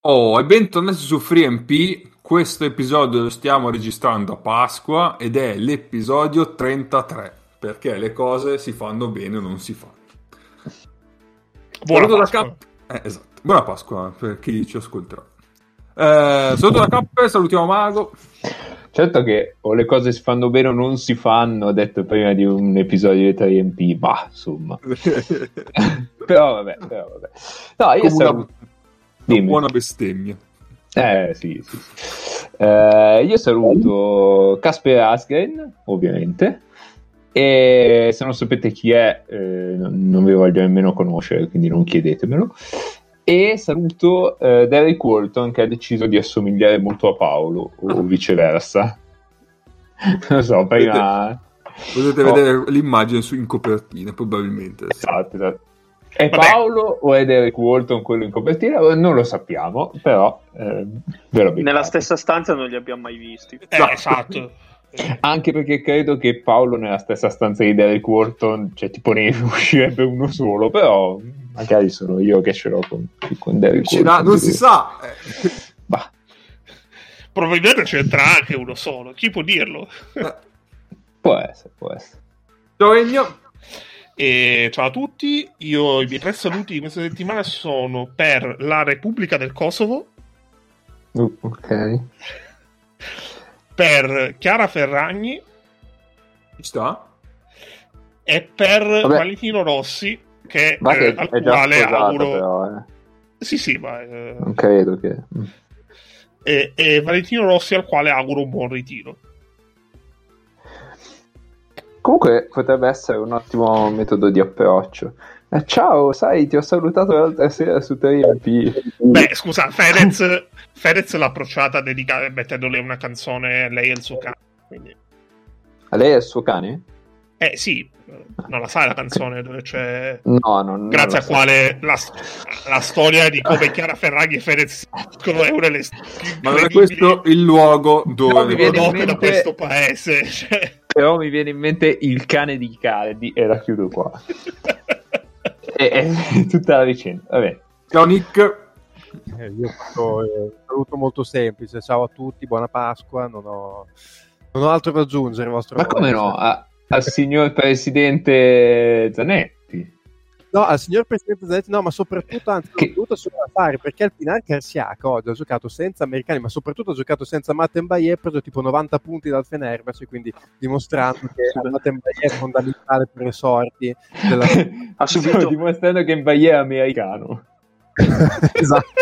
Oh, e bentornati su FreeMP. Questo episodio lo stiamo registrando a Pasqua ed è l'episodio 33, perché le cose si fanno bene o non si fanno. Buona Saluto Pasqua. da esatto. Buona Pasqua per chi ci ascolterà. Saluto da K, salutiamo Mago. Certo che o le cose si fanno bene o non si fanno, ho detto prima di un episodio di 3MP, ma insomma. però vabbè. No, io saluto. Una buona bestemmia. Sì. Io saluto Casper Asgren, ovviamente, e se non sapete chi è, non vi voglio nemmeno conoscere, quindi non chiedetemelo. E saluto Derek Walton, che ha deciso di assomigliare molto a Paolo, o viceversa. Non so, prima... Potete vedere l'immagine in copertina, probabilmente. Esatto. È Paolo o è Derek Walton quello in copertina? Non lo sappiamo, però nella stessa stanza non li abbiamo mai visti. Esatto. Anche perché credo che Paolo nella stessa stanza di Derek Walton, cioè tipo ne uscirebbe uno solo, però magari sono io che ce l'ho con Derek Walton. Non si sa. Bah. Probabilmente c'entra anche uno solo, chi può dirlo? Può essere. Ciao Ennio. E ciao a tutti, i miei tre saluti di questa settimana sono per la Repubblica del Kosovo, ok, per Chiara Ferragni Ci sta? e per Valentino Rossi, che al è già quale sposato, auguro... però, Sì, ma... non credo che... E Valentino Rossi al quale auguro un buon ritiro. Comunque potrebbe essere un ottimo metodo di approccio. Ciao, sai, ti ho salutato l'altra sera su 3MP. Beh, scusa, Fedez l'ha approcciata mettendole una canzone, lei e il suo cane. Quindi... A lei è il suo cane? Sì, non la sai la canzone dove c'è... No, non grazie a quale la storia di come Chiara Ferragni e Fedez è una delle ma non è questo il luogo dove mi viene in mente da questo paese, cioè... Però mi viene in mente il cane di Cardi e la chiudo qua. È tutta la vicenda. Vabbè. Ciao Nick. Io faccio saluto molto semplice. Ciao a tutti, buona Pasqua. Non ho altro da aggiungere. Ma come no? Al signor Presidente Zanetti. No, al signor Presidente Zanetti no, ma soprattutto anzi l'ho dovuto solo fare perché al Pinar Carsiac oggi ha giocato senza americani, ma soprattutto ha giocato senza Matembaye, ha preso tipo 90 punti dal Fenerbahce, quindi dimostrando che Matembaye è fondamentale per le sorti della... dimostrando che Mbaye è americano. Esatto.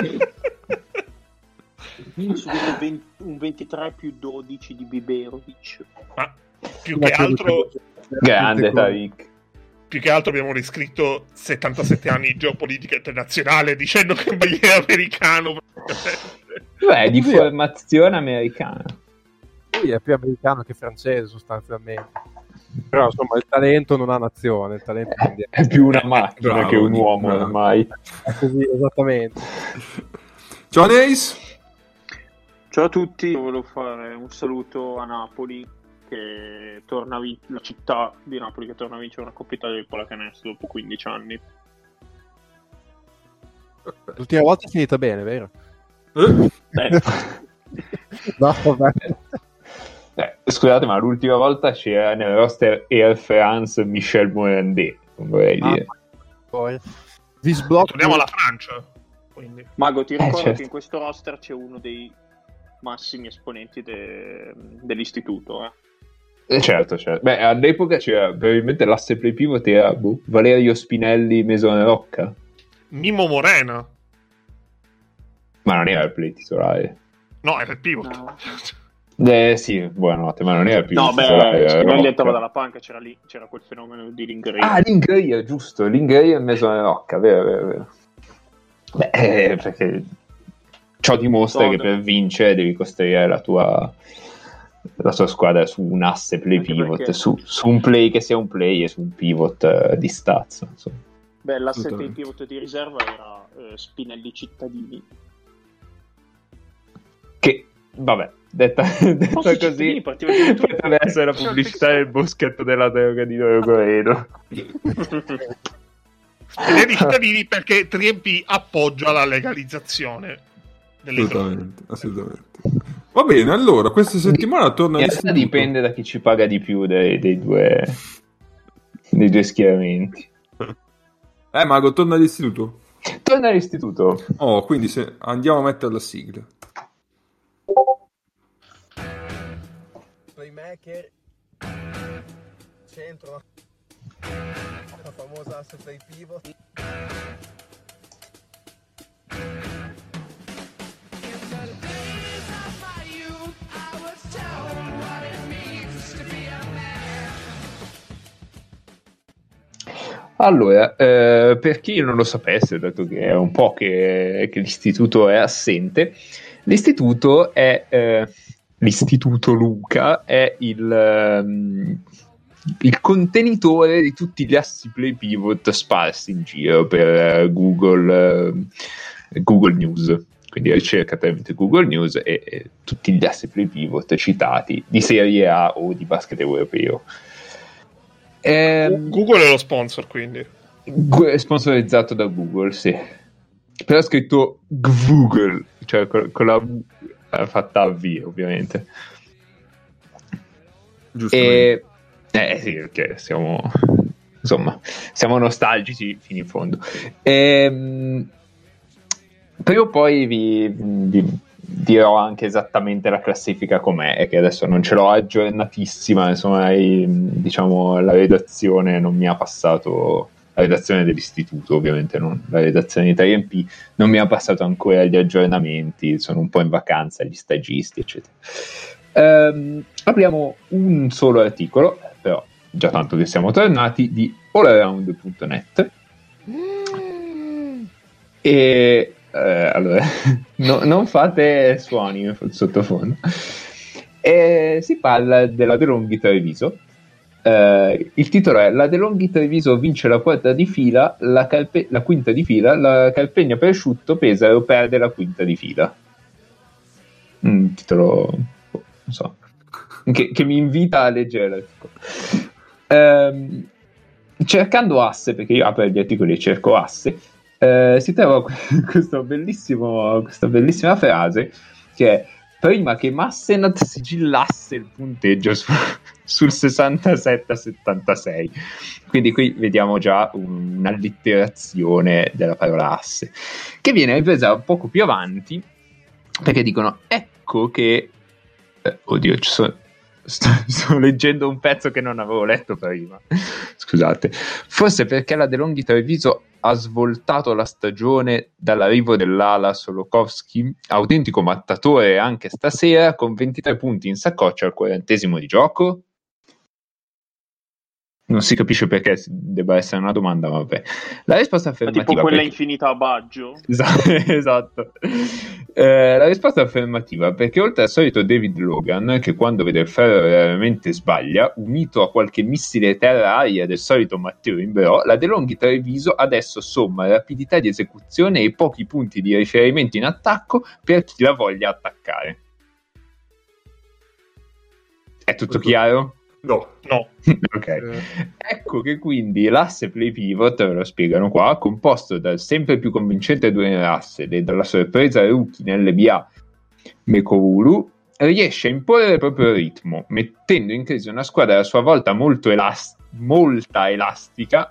Un 23 più 12 di Biberovic. Ma più che altro grande Tariq. Più che altro abbiamo riscritto 77 anni di geopolitica internazionale dicendo che Mbaye è americano. Beh, di formazione americana. Lui è più americano che francese sostanzialmente. Però insomma il talento non ha nazione, il talento è più una macchina che un uomo ormai. Così, esattamente. Ciao Neis. Ciao a tutti, volevo fare un saluto a Napoli, che torna la città di Napoli che torna a vincere una Coppa Italia del pallacanestro dopo 15 anni. L'ultima volta è finita bene, vero? No, vabbè. Scusate, ma l'ultima volta c'era nel roster Air France Michel Morandé, non vorrei dire. Poi torniamo alla Francia. Quindi. Mago, ti ricordo certo. che in questo roster c'è uno dei massimi esponenti dell'istituto, Certo. Beh, all'epoca c'era probabilmente l'asse play pivot era Valerio Spinelli, Mesone Rocca. Mimo Morena. Ma non era il play titolare. No, era il pivot. No. Sì, buonanotte, ma non era il No, titolare. Spinelli entrava dalla panca, c'era quel fenomeno di Lingreia. Ah, Lingreia, giusto, Lingreia e Mesone Rocca, vero. Beh, perché ciò dimostra che per vincere devi costruire la tua squadra su un asse play pivot, su un play che sia un play e su un pivot di stazza, insomma. Beh, l'asse play pivot di riserva era Spinelli Cittadini, che vabbè, detta così potrebbe essere la pubblicità del boschetto della droga di Rogoredo. Spinelli Cittadini perché 3MP appoggia la legalizzazione Assolutamente. Va bene, allora, questa settimana torna in realtà dipende da chi ci paga di più dei due schieramenti. Mago, torna all'istituto. Torna all'istituto. Oh, quindi andiamo a mettere la sigla. Playmaker, centro, la famosa asse play pivot. Allora, per chi non lo sapesse, dato che è un po' che l'istituto è assente, l'istituto è l'istituto Luca è il contenitore di tutti gli assi play pivot sparsi in giro per Google News. Quindi ricerca tramite Google News e tutti gli assi play pivot citati di Serie A o di basket europeo. Google è lo sponsor, quindi è sponsorizzato da Google, sì, però è scritto Google, cioè con la V fatta a V, ovviamente. Giusto. Sì, perché siamo nostalgici fino in fondo. Prima o poi vi dirò anche esattamente la classifica com'è, che adesso non ce l'ho aggiornatissima, insomma, diciamo la redazione non mi ha passato, la redazione dell'istituto ovviamente, non la redazione di 3MP, non mi ha passato ancora gli aggiornamenti, sono un po' in vacanza gli stagisti eccetera. Apriamo un solo articolo, però già tanto che siamo tornati, di allaround.net e allora non fate suoni sottofondo. Si parla della DeLonghi Treviso. Il titolo è: la DeLonghi Treviso vince la quarta di fila, la quinta di fila, la Carpegna Prosciutto Pesaro perde la quinta di fila. Un titolo non so, che mi invita a leggere l'articolo. Cercando asse, perché io apro gli articoli e cerco asse, si trova questa bellissima frase che è: prima che Massenat sigillasse il punteggio sul 67-76. Quindi qui vediamo già un'allitterazione della parola asse, che viene ripresa poco più avanti, perché dicono: ecco che sto leggendo un pezzo che non avevo letto prima, scusate, forse perché la DeLonghi Treviso ha svoltato la stagione dall'arrivo dell'ala Solokovsky, autentico mattatore anche stasera, con 23 punti in saccoccia al 40° di gioco. Non si capisce perché debba essere una domanda, ma vabbè. La risposta affermativa, tipo quella infinita a Baggio. Esatto. La risposta affermativa, perché oltre al solito David Logan, che quando vede il ferro raramente sbaglia, unito a qualche missile terra-aria del solito Matteo Imberò, la DeLonghi Treviso adesso somma rapidità di esecuzione e pochi punti di riferimento in attacco per chi la voglia attaccare. È tutto chiaro? No. Ok. Ecco che quindi l'asse play pivot, ve lo spiegano qua, composto dal sempre più convincente duello asse e dalla sorpresa rookie nell'NBA Mekovulu, riesce a imporre il proprio ritmo, mettendo in crisi una squadra a sua volta molta elastica,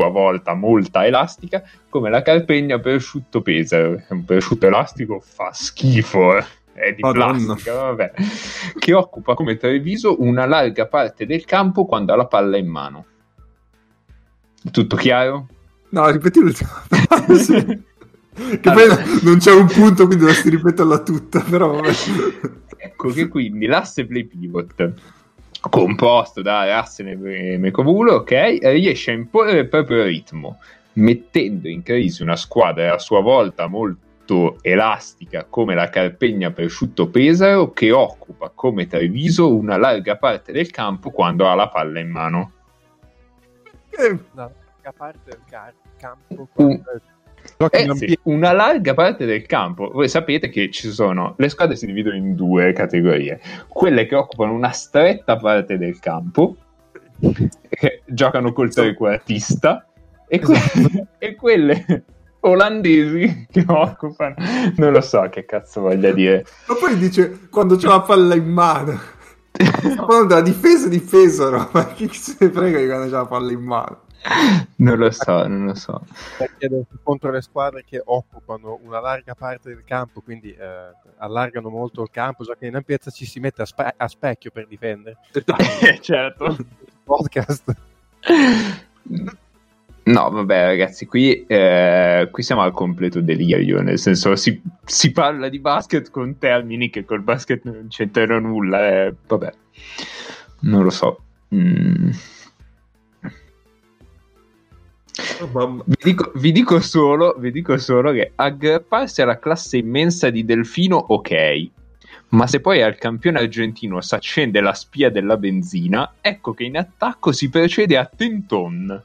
come la Carpegna Prosciutto Pesaro. Un prosciutto elastico fa schifo, è di plastica, vabbè, che occupa come Treviso una larga parte del campo quando ha la palla in mano. Tutto chiaro? No, ripeti l'ultima frase. Che allora, poi non c'è un punto, quindi dovresti ripeterla tutta, però vabbè. Ecco che quindi l'asse play pivot, composto da asse e Mekovulo, ok, riesce a imporre il proprio ritmo, mettendo in crisi una squadra a sua volta molto elastica come la Carpegna Prosciutto Pesaro, che occupa come Treviso una larga parte del campo quando ha la palla in mano. Larga parte del campo sì, una larga parte del campo. Voi sapete che ci sono, le squadre si dividono in due categorie: quelle che occupano una stretta parte del campo, che giocano col trequartista, e quelle olandesi che occupano, non lo so che cazzo voglia dire. Ma poi dice quando c'è la palla in mano, quando la difesa no? Ma chi se ne frega di quando c'è la palla in mano? Non lo so. Perché contro le squadre che occupano una larga parte del campo, quindi allargano molto il campo, già che in ampiezza ci si mette a specchio per difendere. Certo. Podcast. No, vabbè, ragazzi, qui siamo al completo delirio, nel senso si parla di basket con termini che col basket non c'entrano nulla, vabbè, non lo so. Vi dico solo che aggrapparsi alla classe immensa di Delfino, ok, ma se poi al campione argentino si accende la spia della benzina, ecco che in attacco si procede a tenton.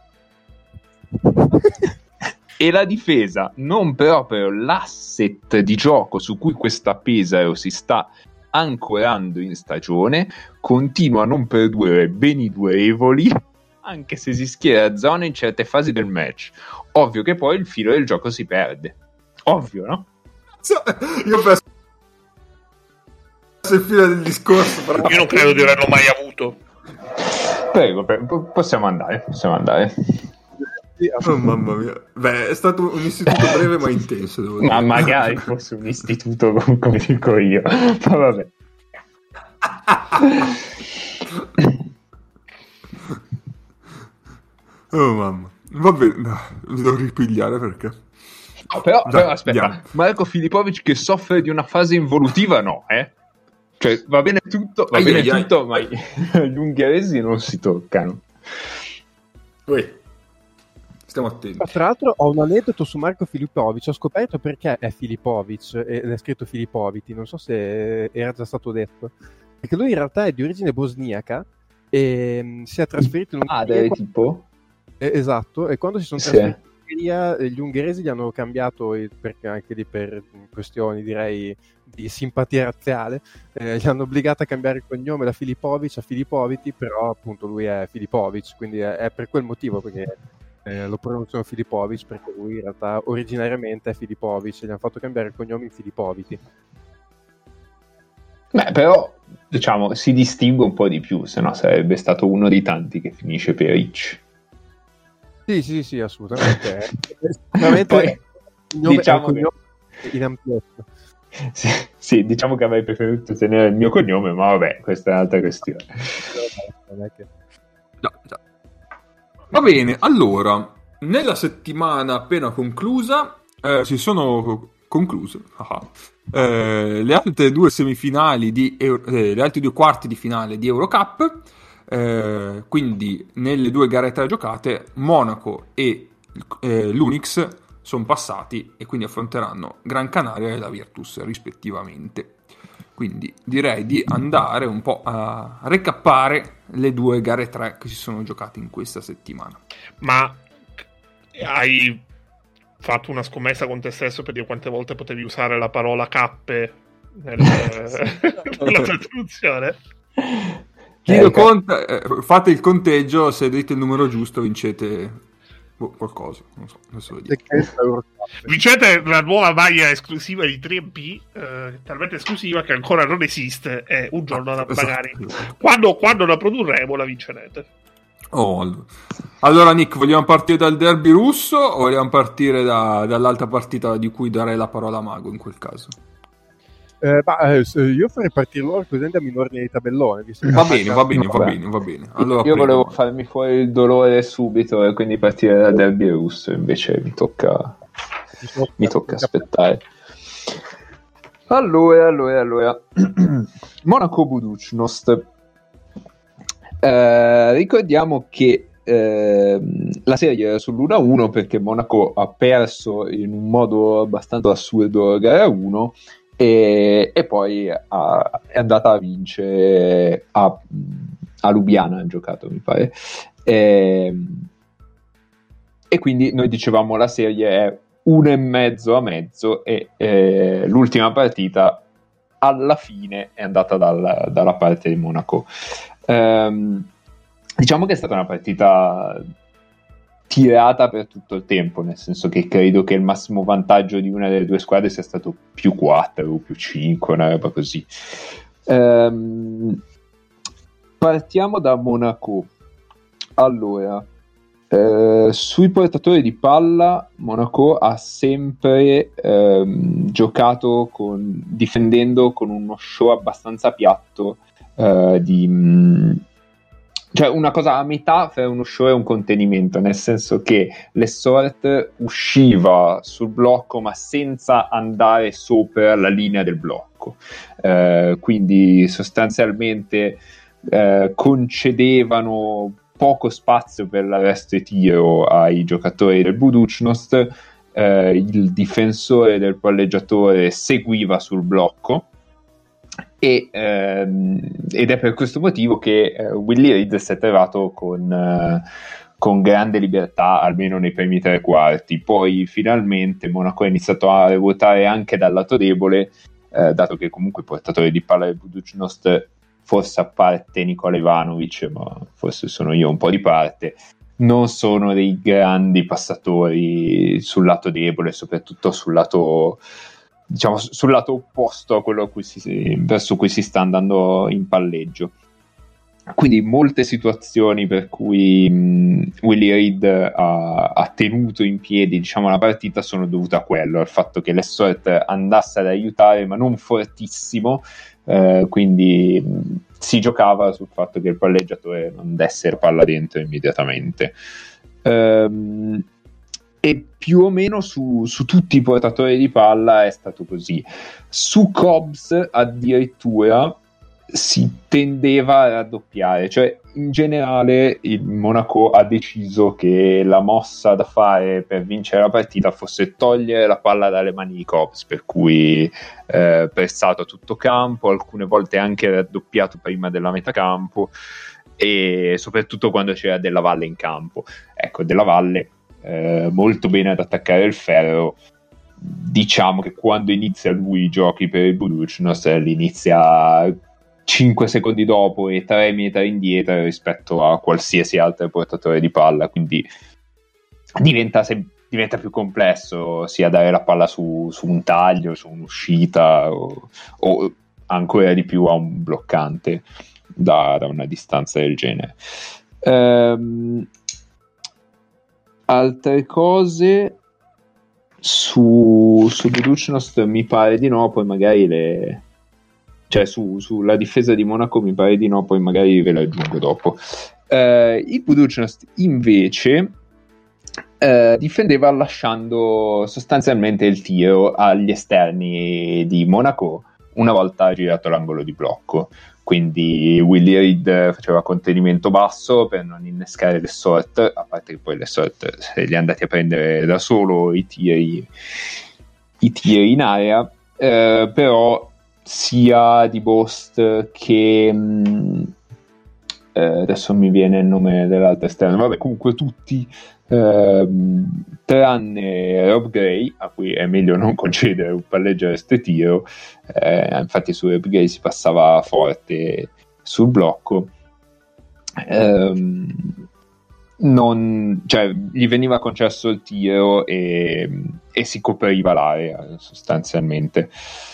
E la difesa, non proprio l'asset di gioco su cui questa Pesaro si sta ancorando in stagione, continua a non produrre beni durevoli anche se si schiera a zona in certe fasi del match. Ovvio che poi il filo del gioco si perde. Ovvio, no? Io penso il filo del discorso, però io non credo di averlo mai avuto. Prego, possiamo andare. Oh, mamma mia. Beh, è stato un istituto breve ma intenso, devo dire. Ma magari fosse un istituto come dico io. Ma vabbè. Oh mamma. Vabbè, no, mi devo ripigliare perché. No, però aspetta, andiamo. Marco Filipovic che soffre di una fase involutiva, no, Cioè, va bene tutto, ma gli ungheresi non si toccano. Stiamo attenti. Tra l'altro ho un aneddoto su Marco Filipovic, ho scoperto perché è Filipovic ed è scritto Filipoviti, non so se era già stato detto, perché lui in realtà è di origine bosniaca e si è trasferito in Ungheria. Tipo? Esatto, e quando si sono trasferiti in Ungheria gli ungheresi gli hanno cambiato, perché anche lì per questioni direi di simpatia razziale, gli hanno obbligato a cambiare il cognome da Filipovic a Filipoviti, però appunto lui è Filipovic, quindi è per quel motivo perché lo pronunciano Filipovic, perché lui in realtà originariamente è Filipovic e gli hanno fatto cambiare il cognome in Filipoviti. Beh, però diciamo si distingue un po' di più, se no sarebbe stato uno dei tanti che finisce per Ricci. Sì, assolutamente. Poi, diciamo che in ampiezza. Sì, diciamo che avrei preferito tenere il mio cognome, ma vabbè, questa è un'altra questione. No. Va bene, allora, nella settimana appena conclusa si sono concluse le altre due semifinali le altre due quarti di finale di Eurocup. Quindi nelle due gare 3 giocate Monaco e l'Unix sono passati e quindi affronteranno Gran Canaria e la Virtus rispettivamente. Quindi direi di andare un po' a recappare le due gare 3 che si sono giocate in questa settimana. Ma hai fatto una scommessa con te stesso per dire quante volte potevi usare la parola cappe nella tua introduzione? Fate il conteggio, se dite il numero giusto vincete qualcosa, non so, adesso lo dico. Vincete la nuova maglia esclusiva di 3MP, talmente esclusiva che ancora non esiste, e un giorno magari quando la produrremo la vincerete. Allora Nick, vogliamo partire dal derby russo o vogliamo partire dall'altra partita di cui darei la parola a Mago in quel caso? Io farei partire loro così andiamo in ordine di tabellone. Va bene. Allora, io volevo farmi fuori il dolore subito e quindi partire dal derby russo, invece mi tocca aspettare. Allora. Monaco Budućnost. Ricordiamo che la serie era sull'1-1 perché Monaco ha perso in un modo abbastanza assurdo la gara 1 e poi è andata a vincere a Lubiana, ha giocato mi pare, e quindi noi dicevamo la serie è 1,5 e l'ultima partita alla fine è andata dalla parte di Monaco. Diciamo che è stata una partita tirata per tutto il tempo, nel senso che credo che il massimo vantaggio di una delle due squadre sia stato +4 o +5, una roba così. Partiamo da Monaco. Allora, sui portatori di palla Monaco ha sempre giocato difendendo con uno show abbastanza piatto, cioè una cosa a metà fra uno show e un contenimento, nel senso che l'Essort usciva sul blocco ma senza andare sopra la linea del blocco, quindi sostanzialmente concedevano poco spazio per l'arresto e tiro ai giocatori del Budućnost. Il difensore del palleggiatore seguiva sul blocco ed è per questo motivo che Willie Reed si è trovato con grande libertà almeno nei primi tre quarti. Poi finalmente Monaco ha iniziato a ruotare anche dal lato debole, dato che comunque i portatori di palla del Budućnost, forse a parte Nikola Ivanovic, ma forse sono io un po' di parte, non sono dei grandi passatori sul lato debole, soprattutto sul lato, diciamo, sul lato opposto a quello verso cui si sta andando in palleggio. Quindi molte situazioni per cui Willie Reed ha tenuto in piedi, diciamo, la partita sono dovute a quello, al fatto che l'Essort andasse ad aiutare ma non fortissimo, quindi si giocava sul fatto che il palleggiatore non desse la palla dentro immediatamente. E più o meno su tutti i portatori di palla è stato così. Su Cobbs addirittura si tendeva a raddoppiare, cioè in generale il Monaco ha deciso che la mossa da fare per vincere la partita fosse togliere la palla dalle mani di Cobbs, per cui pressato a tutto campo, alcune volte anche raddoppiato prima della metà campo, e soprattutto quando c'era Della Valle in campo. Ecco, Della Valle molto bene ad attaccare il ferro. Diciamo che quando inizia lui i giochi per il Budućnost l'inizia 5 secondi dopo e 3 metri indietro rispetto a qualsiasi altro portatore di palla, quindi diventa più complesso sia dare la palla su un taglio, su un'uscita o ancora di più a un bloccante da una distanza del genere. Altre cose su Budućnost mi pare di no, poi magari sulla difesa di Monaco mi pare di no, poi magari ve la aggiungo dopo. Il Budućnost invece difendeva lasciando sostanzialmente il tiro agli esterni di Monaco una volta girato l'angolo di blocco, quindi Willie Reed faceva contenimento basso per non innescare l'Essort, a parte che poi l'Essort se li è andati a prendere da solo i tiri in area, però sia di Bost che adesso mi viene il nome dell'altro esterno, vabbè, comunque tutti tranne Rob Gray, a cui è meglio non concedere un palleggio e tiro, infatti su Rob Gray si passava forte sul blocco, gli veniva concesso il tiro e si copriva l'area sostanzialmente.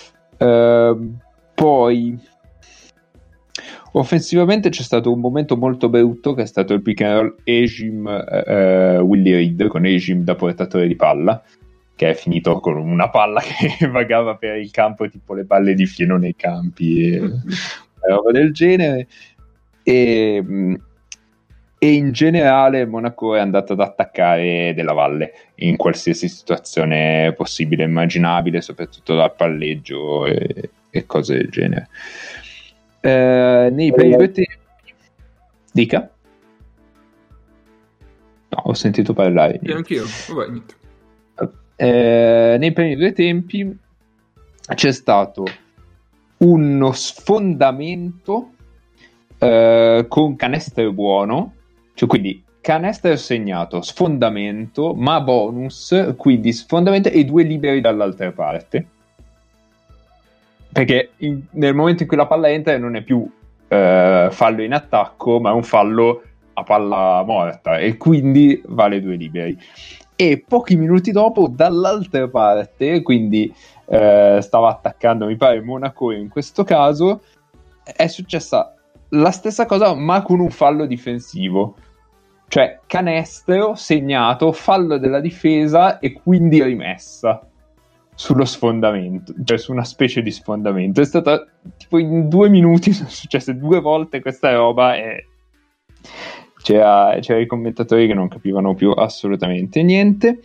Poi offensivamente c'è stato un momento molto brutto che è stato il pick and roll Ejim Willie Reed con Ejim da portatore di palla, che è finito con una palla che vagava per il campo tipo le palle di fieno nei campi e roba del genere, e in generale Monaco è andato ad attaccare Della Valle in qualsiasi situazione possibile e immaginabile, soprattutto dal palleggio e cose del genere. Nei primi due tempi dica? No, ho sentito parlare. Anch'io. Vabbè, niente. Nei primi due tempi c'è stato uno sfondamento con canestro buono, cioè quindi canestro segnato, sfondamento ma bonus, quindi sfondamento e 2 liberi dall'altra parte, perché nel momento in cui la palla entra non è più fallo in attacco, ma è un fallo a palla morta e quindi vale 2 liberi. E pochi minuti dopo dall'altra parte, quindi stava attaccando mi pare Monaco in questo caso, è successa la stessa cosa ma con un fallo difensivo, cioè canestro segnato, fallo della difesa e quindi rimessa sullo sfondamento, cioè su una specie di sfondamento. È stata tipo in 2 minuti, sono successe 2 volte questa roba e c'era i commentatori che non capivano più assolutamente niente.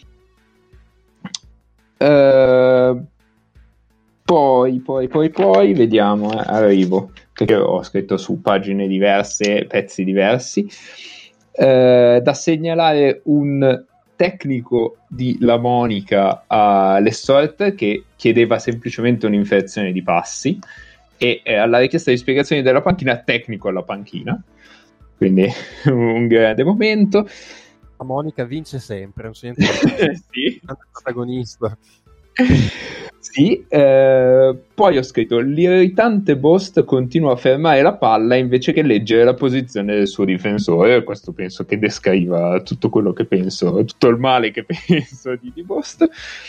Poi vediamo, arrivo perché ho scritto su pagine diverse, pezzi diversi. Da segnalare un tecnico di La Monica a Lessort che chiedeva semplicemente un'infrazione di passi e alla richiesta di spiegazioni della panchina, tecnico alla panchina, quindi un grande momento. La Monica vince sempre, non c'è niente sì. protagonista. Sì, poi ho scritto l'irritante Bost continua a fermare la palla invece che leggere la posizione del suo difensore. Questo penso che descriva tutto quello che penso, tutto il male che penso di Bost.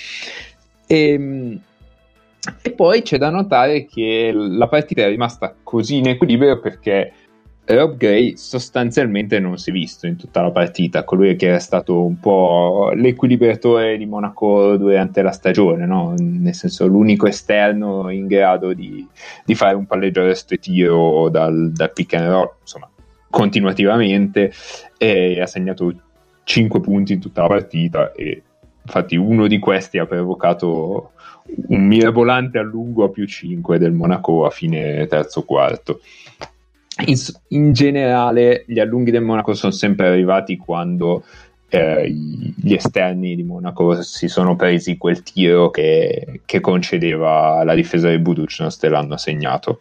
E poi c'è da notare che la partita è rimasta così in equilibrio perché Rob Gray sostanzialmente non si è visto in tutta la partita, colui che era stato un po' l'equilibratore di Monaco durante la stagione, no? Nel senso l'unico esterno in grado di fare un palleggio tiro dal pick and roll, insomma, continuativamente, e ha segnato 5 punti in tutta la partita e infatti uno di questi ha provocato un mirabolante allungo a +5 del Monaco a fine terzo quarto. In generale gli allunghi del Monaco sono sempre arrivati quando gli esterni di Monaco si sono presi quel tiro che concedeva la difesa del Budućnost e l'hanno segnato.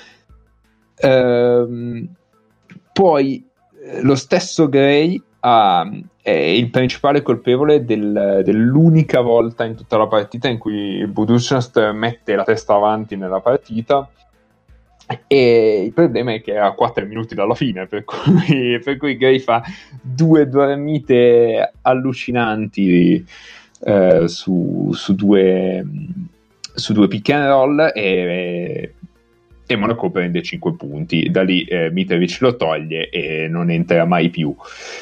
Poi lo stesso Gray è il principale colpevole dell'unica volta in tutta la partita in cui il Budućnost mette la testa avanti nella partita. E il problema è che era a 4 minuti dalla fine, per cui Gray fa 2 dormite allucinanti su due pick and roll e Monaco prende 5 punti. Da lì Mitrovic lo toglie e non entra mai più.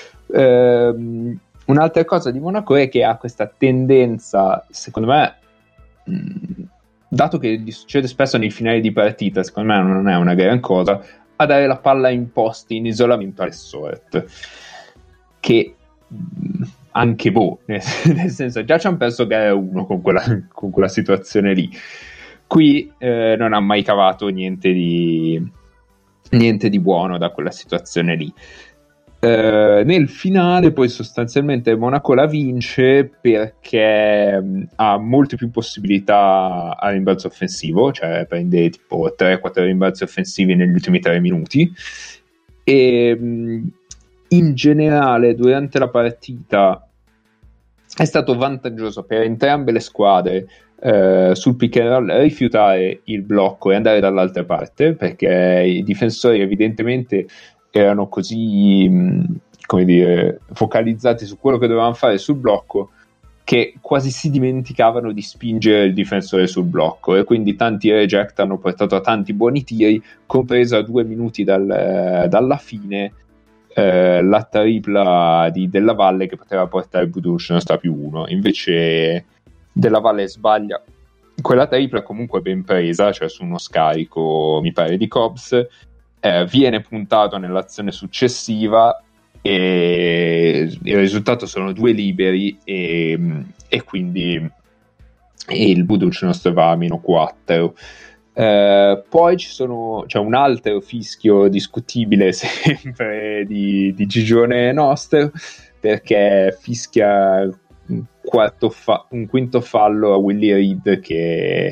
Un'altra cosa di Monaco è che ha questa tendenza, secondo me, dato che gli succede spesso nei finali di partita, secondo me non è una gran cosa, a dare la palla in posti in isolamento al Sort, che anche nel senso già ci hanno perso gara 1 con quella situazione lì, qui non ha mai cavato niente di buono da quella situazione lì. Nel finale poi sostanzialmente Monaco la vince perché ha molte più possibilità a rimbalzo offensivo, cioè prende tipo 3-4 rimbalzi offensivi negli ultimi 3 minuti e in generale durante la partita è stato vantaggioso per entrambe le squadre sul pick and roll rifiutare il blocco e andare dall'altra parte, perché i difensori evidentemente erano così, come dire, focalizzati su quello che dovevano fare sul blocco che quasi si dimenticavano di spingere il difensore sul blocco, e quindi tanti reject hanno portato a tanti buoni tiri, compresa a 2 minuti dalla fine la tripla di Della Valle che poteva portare il Budućnost a +1. Invece Della Valle sbaglia quella tripla, comunque ben presa, cioè su uno scarico mi pare di Cobbs, viene puntato nell'azione successiva e il risultato sono 2 liberi e quindi il Budućnost va a -4. Poi c'è un altro fischio discutibile sempre di Gigione nostro, perché fischia un quinto fallo a Willie Reed che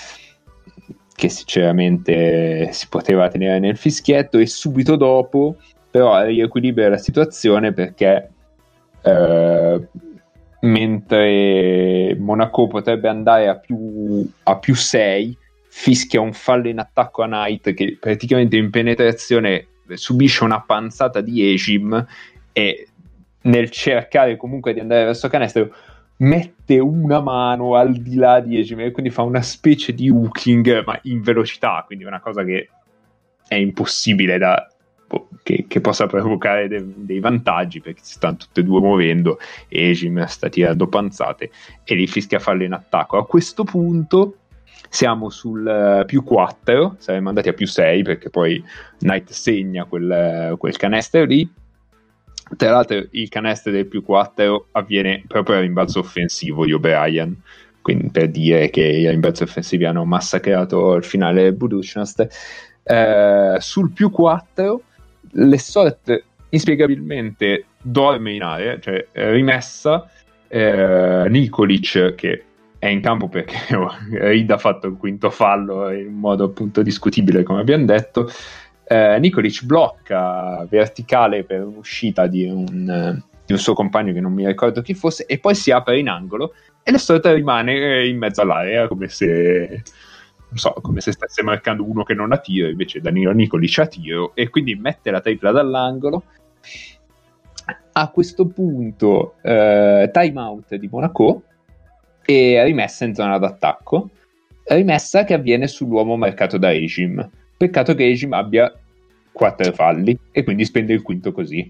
sinceramente si poteva tenere nel fischietto, e subito dopo però riequilibra la situazione perché mentre Monaco potrebbe andare a +6, fischia un fallo in attacco a Knight che praticamente in penetrazione subisce una panzata di Ejim e nel cercare comunque di andare verso canestro mette una mano al di là di Ejim e quindi fa una specie di hooking ma in velocità, quindi una cosa che è impossibile che possa provocare dei vantaggi, perché si stanno tutte e due muovendo, Ejim sta tirando panzate e li fischia a farlo in attacco. A questo punto siamo sul più 4, saremmo andati a più 6 perché poi Knight segna quel canestro lì. Tra l'altro il canestro del più 4 avviene proprio al rimbalzo offensivo di O'Brien, quindi per dire che i rimbalzi offensivi hanno massacrato il finale del Budućnost. Sul più 4 l'Essort inspiegabilmente dorme in area, cioè rimessa. Nikolic, che è in campo perché Reed ha fatto il quinto fallo in modo appunto discutibile, come abbiamo detto. Nikolic blocca verticale per un'uscita di un suo compagno che non mi ricordo chi fosse, e poi si apre in angolo e l'Essort rimane in mezzo all'area come se stesse marcando uno che non ha tiro, invece Danilo Nikolic ha tiro e quindi mette la tripla dall'angolo. A questo punto time out di Monaco e rimessa in zona d'attacco, rimessa che avviene sull'uomo marcato da Ejim. Peccato che Ejim abbia 4 falli e quindi spende il quinto così.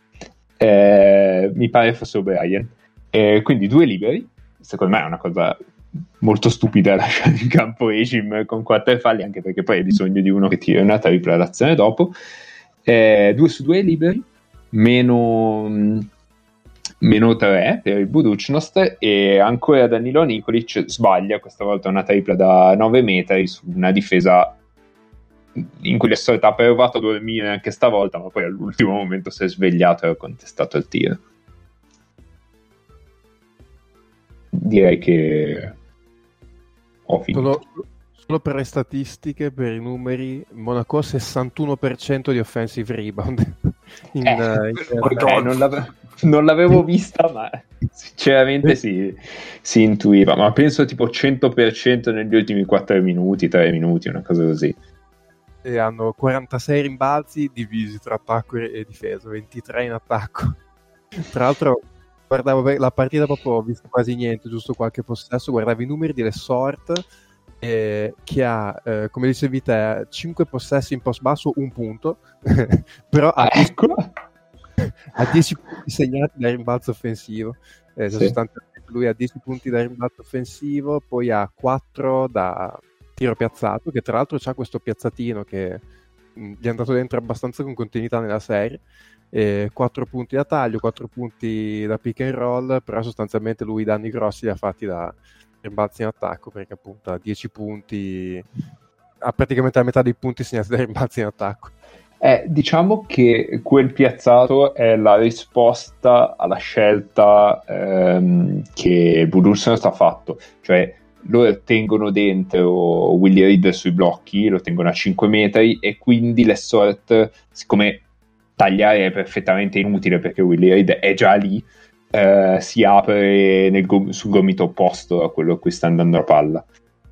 Mi pare fosse O'Brien. Quindi 2 liberi. Secondo me è una cosa molto stupida lasciare in campo Ejim con 4 falli, anche perché poi hai bisogno di uno che tira una tripla l'azione dopo. 2 su 2 liberi, meno 3 per il Budućnost, e ancora Danilo Nikolic sbaglia questa volta una tripla da 9 metri su una difesa in cui l'Essort ha provato a dormire anche stavolta, ma poi all'ultimo momento si è svegliato e ha contestato il tiro. Direi che ho finito. Solo per le statistiche, per i numeri, Monaco 61% di offensive rebound non l'avevo vista, ma sinceramente si intuiva, ma penso tipo 100% negli ultimi 4 minuti, 3 minuti, una cosa così. E hanno 46 rimbalzi divisi tra attacco e difesa, 23 in attacco. Tra l'altro guardavo la partita, proprio ho visto quasi niente, giusto qualche possesso, guardavo i numeri di l'Essort, che ha, come dicevi te, 5 possessi in post basso, 1 punto, però ha 10 punti segnati da rimbalzo offensivo. Sostanzialmente lui ha 10 punti da rimbalzo offensivo, poi ha 4 da tiro piazzato, che tra l'altro c'ha questo piazzatino che gli è andato dentro abbastanza con continuità nella serie, 4 punti da taglio, 4 punti da pick and roll, però sostanzialmente lui i danni grossi li ha fatti da rimbalzi in attacco, perché appunto ha 10 punti, ha praticamente la metà dei punti segnati da rimbalzi in attacco. Diciamo che quel piazzato è la risposta alla scelta che Budućnost ha fatto, cioè loro tengono dentro Willie Reed sui blocchi, lo tengono a 5 metri e quindi l'Essort, siccome tagliare è perfettamente inutile perché Willie Reed è già lì, si apre sul gomito opposto a quello a cui sta andando la palla,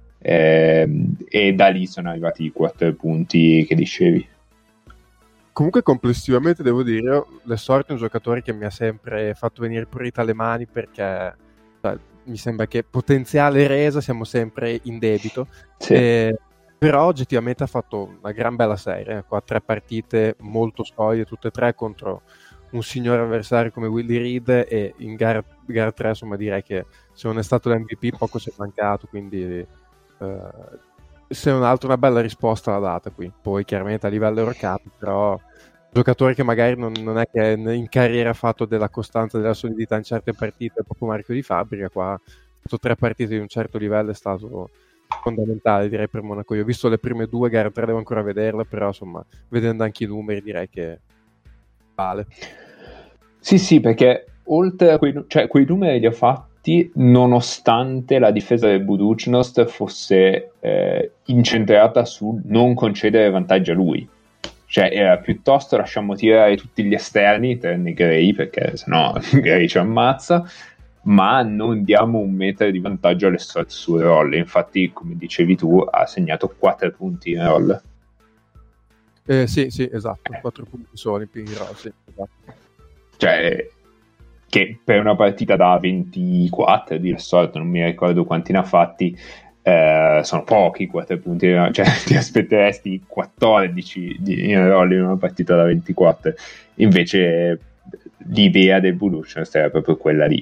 e da lì sono arrivati i 4 punti che dicevi. Comunque complessivamente devo dire, l'Essort è un giocatore che mi ha sempre fatto venire priorità alle mani, perché mi sembra che potenziale resa siamo sempre in debito, però oggettivamente ha fatto una gran bella serie, qua 3 partite molto solide, tutte e 3 contro un signor avversario come Willie Reed, e in gara 3 insomma direi che se non è stato l'MVP poco ci è mancato, quindi se non altro una bella risposta l'ha data qui. Poi chiaramente a livello Eurocup, però giocatore che magari non è che in carriera ha fatto della costanza, della solidità in certe partite, proprio marchio di fabbrica. Qua ha fatto 3 partite di un certo livello, è stato fondamentale direi per Monaco. Io ho visto le prime 2, gara 3 devo ancora vederle, però insomma vedendo anche i numeri direi che vale. Sì, perché oltre a quei numeri li ho fatti nonostante la difesa del Budućnost fosse incentrata su non concedere vantaggi a lui, cioè era piuttosto lasciamo tirare tutti gli esterni tranne Gray, perché sennò Gray ci ammazza, ma non diamo un metro di vantaggio all'Essort sul roll. Infatti, come dicevi tu, ha segnato 4 punti in roll. Sì, esatto, 4 punti soli in pick and roll, sì, esatto. Cioè, che per una partita da 24 di assolto, non mi ricordo quanti ne ha fatti, sono pochi 4 punti, cioè ti aspetteresti 14 in roll in una partita da 24, invece l'idea del Budućnost era proprio quella lì.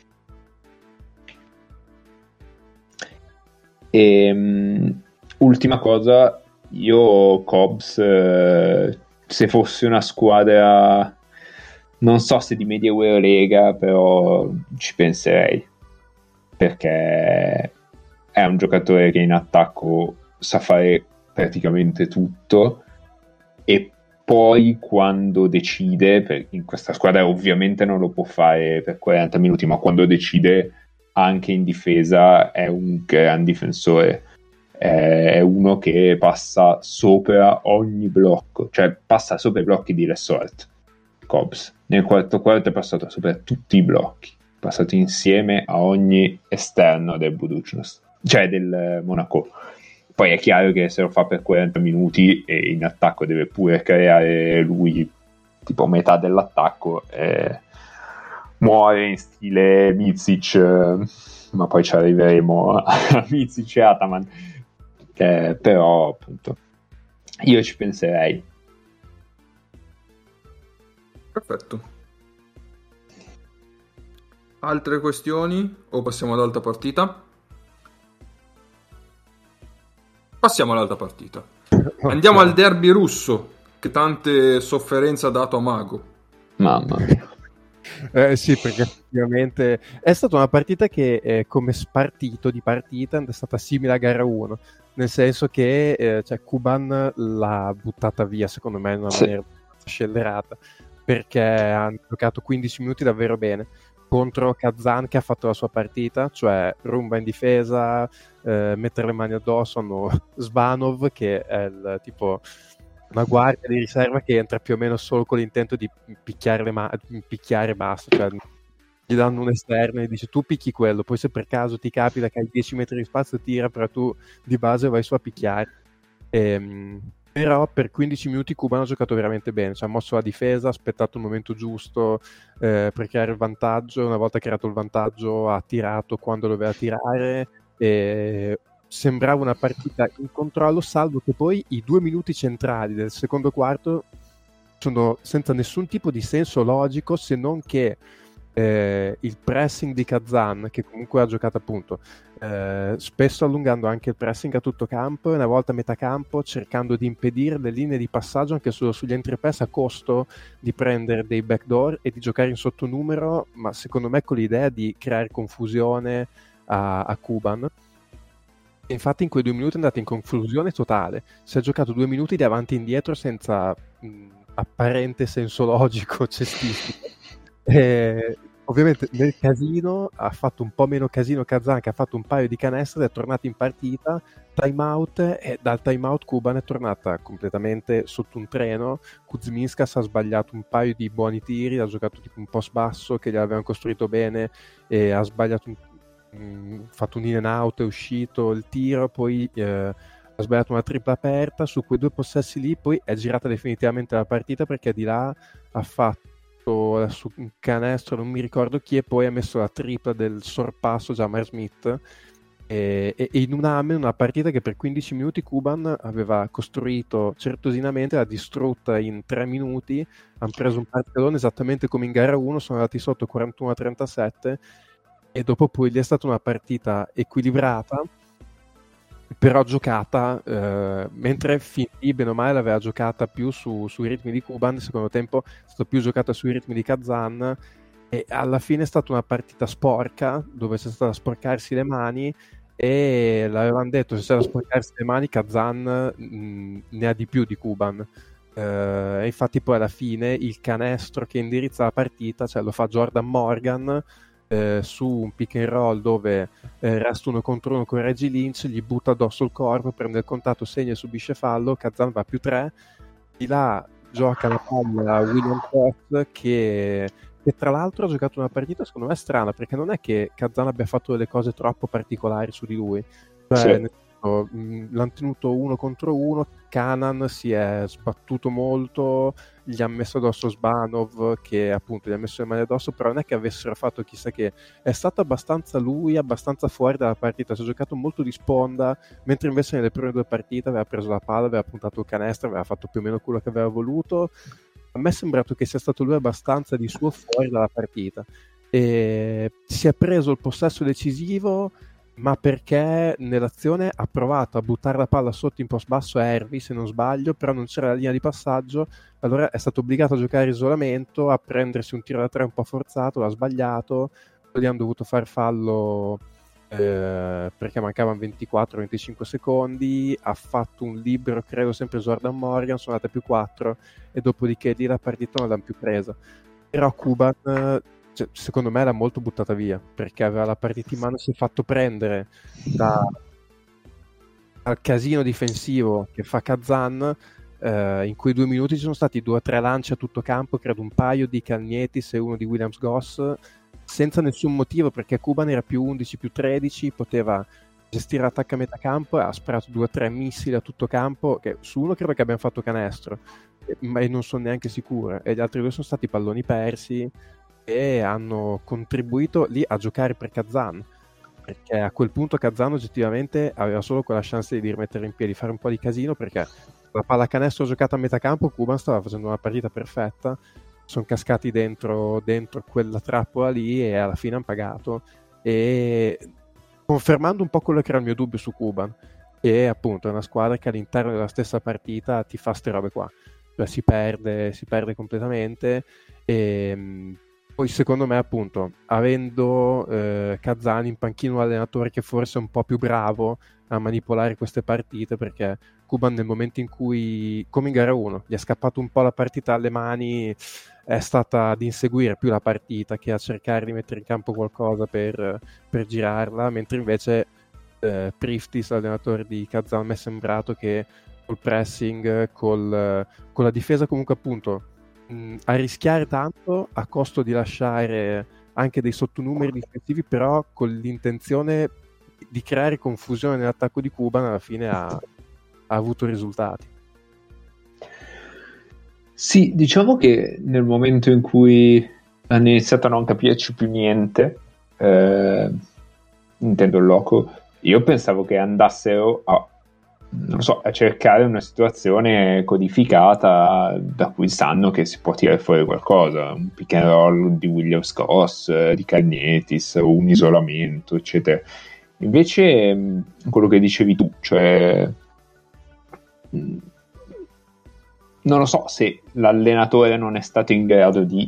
Ultima cosa, io Cobs, se fosse una squadra, non so se di media Eurolega, però ci penserei, perché è un giocatore che in attacco sa fare praticamente tutto, e poi quando decide, in questa squadra ovviamente non lo può fare per 40 minuti, ma quando decide anche in difesa è un gran difensore, è uno che passa sopra ogni blocco, cioè passa sopra i blocchi di Lessort. Cobs nel quarto quarto è passato sopra tutti i blocchi, passato insieme a ogni esterno del Budućnost, cioè del Monaco. Poi è chiaro che se lo fa per 40 minuti e in attacco deve pure creare lui tipo metà dell'attacco, muore in stile Micic, ma poi ci arriveremo a Micic e Ataman, però appunto io ci penserei. Perfetto. Altre questioni o passiamo all'altra partita? Passiamo all'altra partita. Andiamo al derby russo, che tante sofferenze ha dato a Mago. Mamma mia. Sì, perché effettivamente è stata una partita che come spartito di partita è stata simile a gara 1, nel senso che cioè, Kuban l'ha buttata via secondo me in una maniera scellerata, perché hanno giocato 15 minuti davvero bene contro Kazan, che ha fatto la sua partita, cioè rumba in difesa, mettere le mani addosso. Hanno Svanov, che è tipo una guardia di riserva che entra più o meno solo con l'intento di picchiare picchiare e basta, cioè gli danno un esterno e dice tu picchi quello, poi se per caso ti capita che hai 10 metri di spazio tira, però tu di base vai su a picchiare. Però per 15 minuti Kuban ha giocato veramente bene, cioè ha mosso la difesa, ha aspettato il momento giusto per creare il vantaggio, una volta creato il vantaggio ha tirato quando doveva tirare, e sembrava una partita in controllo, salvo che poi i 2 minuti centrali del secondo quarto sono senza nessun tipo di senso logico, se non che il pressing di Kazan, che comunque ha giocato appunto spesso allungando anche il pressing a tutto campo e una volta a metà campo cercando di impedire le linee di passaggio anche solo sugli entry pass, a costo di prendere dei backdoor e di giocare in sottonumero, ma secondo me con l'idea di creare confusione a Kuban. E infatti in quei 2 minuti è andato in confusione totale, si è giocato 2 minuti di avanti e indietro senza apparente senso logico cestistico. Ovviamente nel casino ha fatto un po' meno casino Kazan, che ha fatto un paio di canestri, è tornato in partita, time out, e dal time out Kuban è tornata completamente sotto un treno. Kuzminskas ha sbagliato un paio di buoni tiri, ha giocato tipo un post basso che gli avevano costruito bene e ha sbagliato fatto un in and out, è uscito il tiro, poi ha sbagliato una tripla aperta. Su quei 2 possessi lì poi è girata definitivamente la partita, perché di là ha fatto su un canestro, non mi ricordo chi, e poi ha messo la tripla del sorpasso Jamar Smith, e in una partita che per 15 minuti Kuban aveva costruito certosamente, l'ha distrutta in 3 minuti. Hanno preso un partitone esattamente come in gara 1, sono andati sotto 41-37 e dopo poi gli è stata una partita equilibrata, però giocata, mentre fin lì bene o male l'aveva giocata più sui ritmi di Kuban, nel secondo tempo è stata più giocata sui ritmi di Kazan, e alla fine è stata una partita sporca dove c'è stata da sporcarsi le mani, e l'avevano detto se c'è da sporcarsi le mani Kazan ne ha di più di Kuban, e infatti poi alla fine il canestro che indirizza la partita, cioè lo fa Jordan Morgan su un pick and roll dove resta 1 contro 1 con Reggie Lynch, gli butta addosso il corpo, prende il contatto, segna e subisce fallo. Kazan va più 3, di là gioca la palla a William Fox, che tra l'altro ha giocato una partita secondo me strana, perché non è che Kazan abbia fatto delle cose troppo particolari su di lui, cioè, sì. appunto l'hanno tenuto 1 contro 1, Kanan si è sbattuto molto, gli ha messo addosso Sbanov, che appunto gli ha messo le mani addosso, però non è che avessero fatto chissà che, è stato abbastanza fuori dalla partita, si è giocato molto di sponda, mentre invece nelle prime 2 partite aveva preso la palla, aveva puntato il canestro, aveva fatto più o meno quello che aveva voluto. A me è sembrato che sia stato lui abbastanza di suo fuori dalla partita, e si è preso il possesso decisivo, ma perché nell'azione ha provato a buttare la palla sotto in post basso a Hervey, se non sbaglio, però non c'era la linea di passaggio, allora è stato obbligato a giocare isolamento, a prendersi un tiro da 3 un po' forzato, l'ha sbagliato, poi gli hanno dovuto far fallo perché mancavano 24-25 secondi, ha fatto un libero, credo sempre Jordan Morgan, sono andate più 4 e dopodiché lì la partita non l'hanno più presa. Però Kuban, cioè, secondo me l'ha molto buttata via, perché aveva la partita in mano, si è fatto prendere dal casino difensivo che fa Kazan. In quei 2 minuti ci sono stati 2 o 3 lanci a tutto campo, credo un paio di Kalnietis e uno di Williams-Goss, senza nessun motivo, perché Kuban era più 11, più 13, poteva gestire l'attacco a metà campo e ha sparato 2 o 3 missili a tutto campo, che su uno credo che abbiamo fatto canestro, ma non sono neanche sicuro, e gli altri 2 sono stati palloni persi e hanno contribuito lì a giocare per Kazan, perché a quel punto Kazan oggettivamente aveva solo quella chance di rimettere in piedi, fare un po' di casino, perché la palla canestro giocata a metà campo Kuban stava facendo una partita perfetta, sono cascati dentro quella trappola lì e alla fine hanno pagato, e confermando un po' quello che era il mio dubbio su Kuban, e appunto è una squadra che all'interno della stessa partita ti fa ste robe qua, cioè si perde completamente. E poi secondo me appunto avendo Kazan in panchina un allenatore che forse è un po' più bravo a manipolare queste partite, perché Kuban nel momento in cui, come in gara 1, gli è scappato un po' la partita alle mani, è stata ad inseguire più la partita che a cercare di mettere in campo qualcosa per girarla, mentre invece Priftis, l'allenatore di Kazan, mi è sembrato che col pressing, con la difesa comunque appunto a rischiare tanto a costo di lasciare anche dei sottonumeri difensivi, però con l'intenzione di creare confusione nell'attacco di Kuban, alla fine ha avuto risultati. Sì, diciamo che nel momento in cui hanno iniziato a non capirci più niente, intendo il loco, io pensavo che andassero a cercare una situazione codificata da cui sanno che si può tirare fuori qualcosa, un pick and roll di Williams-Goss, di Kalnietis, o un isolamento, eccetera. Invece quello che dicevi tu, cioè non lo so se l'allenatore non è stato in grado di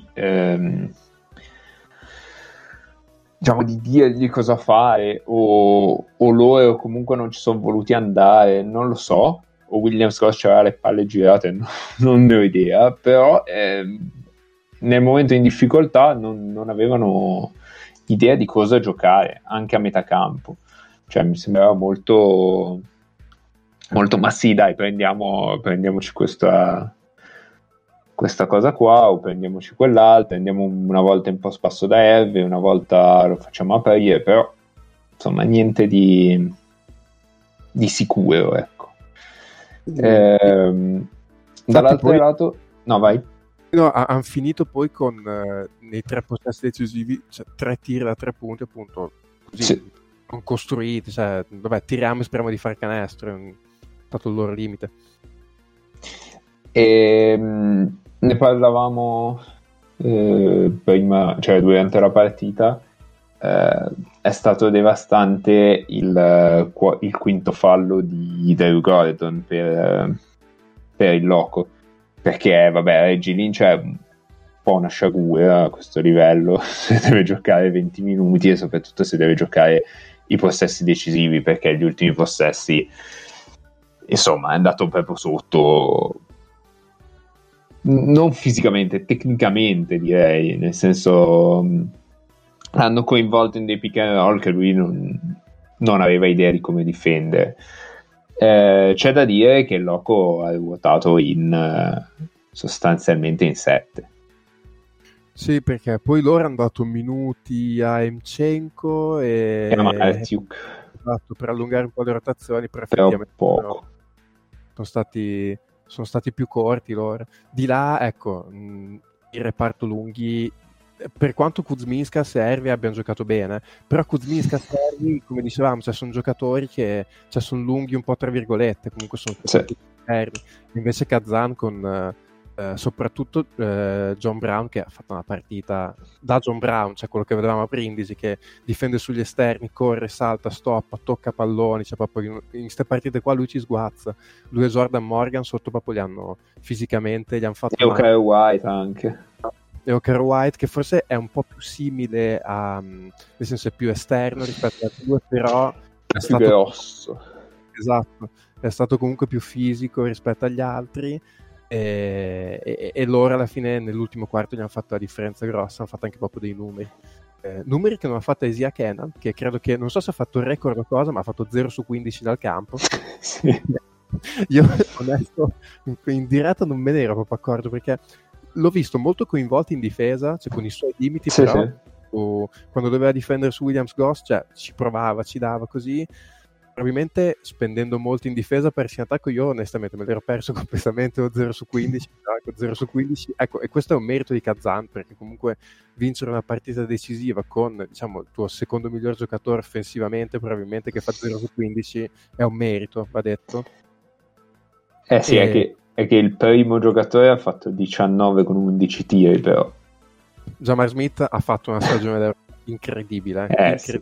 di dirgli cosa fare, o loro comunque non ci sono voluti andare, non lo so, o Williams-Goss c'aveva le palle girate, non ne ho idea, però nel momento in difficoltà non avevano idea di cosa giocare, anche a metà campo, cioè mi sembrava molto ma sì dai, prendiamoci questa cosa qua, o prendiamoci quell'altra, andiamo una volta in post passo da Hervey, una volta lo facciamo aprire, però insomma niente di sicuro, ecco. Dall'altro lato no, vai. No, hanno finito poi con nei 3 possessi decisivi, cioè 3 tiri da 3 punti, appunto, così, sì, non costruiti, cioè vabbè, tiriamo e speriamo di fare canestro, è stato il loro limite. Ne parlavamo prima, cioè durante la partita, è stato devastante il quinto fallo di Drew Gordon per il loco, perché vabbè, Reggie Lynch è un po' una sciagura a questo livello se deve giocare 20 minuti e soprattutto se deve giocare i possessi decisivi, perché gli ultimi possessi insomma è andato proprio sotto, non fisicamente, tecnicamente direi, nel senso l'hanno coinvolto in dei pick and roll che lui non aveva idea di come difendere. C'è da dire che il loco ha ruotato sostanzialmente in 7. Sì, perché poi loro hanno dato minuti a Emchenko e a Martiuk. Esatto, per allungare un po' le rotazioni, però Però effettivamente poco. sono stati più corti loro. Di là, ecco, il reparto lunghi, per quanto Kuzminska e Servi abbiano giocato bene, però Kuzminska e Servi, come dicevamo, cioè, sono giocatori che sono lunghi un po' tra virgolette, comunque sono Sì. interni. Invece Kazan con soprattutto John Brown, che ha fatto una partita da John Brown, cioè quello che vedevamo a Brindisi, che difende sugli esterni, corre, salta, stoppa, tocca palloni, cioè proprio in queste partite qua lui ci sguazza. Lui e Jordan Morgan sotto proprio fisicamente gli hanno fatto E O'Kara White anche. e O'Kara White, che forse è un po' più simile nel senso è più esterno rispetto agli altri due, però È più grosso. Esatto, è stato comunque più fisico rispetto agli altri e loro alla fine nell'ultimo quarto gli hanno fatto la differenza grossa, hanno fatto anche proprio dei numeri che non ha fatto Isaiah Kenan, che credo che, non so se ha fatto il record o cosa, ma ha fatto 0 su 15 dal campo. Sì. Io onesto in diretta non me ne ero proprio accorto, perché l'ho visto molto coinvolto in difesa, cioè con i suoi limiti, Sì, però sì. quando doveva difendere su Williams Goss, cioè ci provava, ci dava così. Probabilmente spendendo molto in difesa, persi in attacco. Io onestamente me l'ero perso completamente, o 0 su 15, ecco, 0 su 15, ecco, e questo è un merito di Kazan, perché comunque vincere una partita decisiva con, diciamo, il tuo secondo miglior giocatore offensivamente, probabilmente, che fa 0 su 15, è un merito, va detto. Sì, è che il primo giocatore ha fatto 19 con 11 tiri, però. Jamar Smith ha fatto una stagione incredibile. Sì.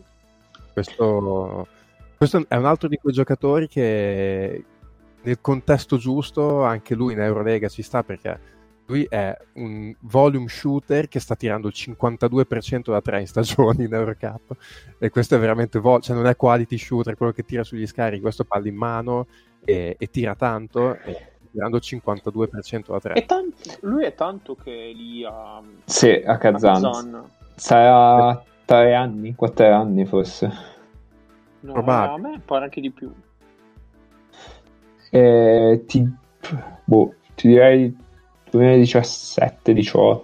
Questo è un altro di quei giocatori che nel contesto giusto, anche lui in Eurolega ci sta, perché lui è un volume shooter che sta tirando il 52% da 3 in stagioni in Eurocup, e questo è veramente cioè non è quality shooter quello che tira sugli scarichi, questo palla in mano e tira tanto, e tirando il 52% da 3. Lui è tanto che è lì a Kazan. Sarà 3 anni, 4 anni forse. No, a me pare anche di più. Ti direi 2017-18.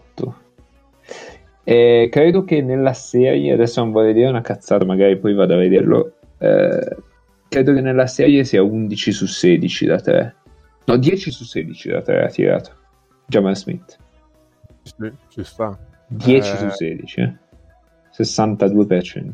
Credo che nella serie, adesso non vorrei dire una cazzata, magari poi vado a vederlo, credo che nella serie sia 11 su 16 da 3. No, 10 su 16 da 3 ha tirato Jamar Smith. Sì, ci sta. 10 su 16, 62%.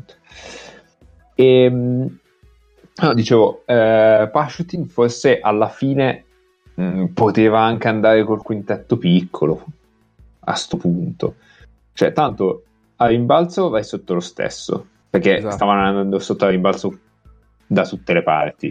No, dicevo, Pashutin forse alla fine poteva anche andare col quintetto piccolo a sto punto, cioè tanto a rimbalzo vai sotto lo stesso, perché esatto, stavano andando sotto a rimbalzo da tutte le parti.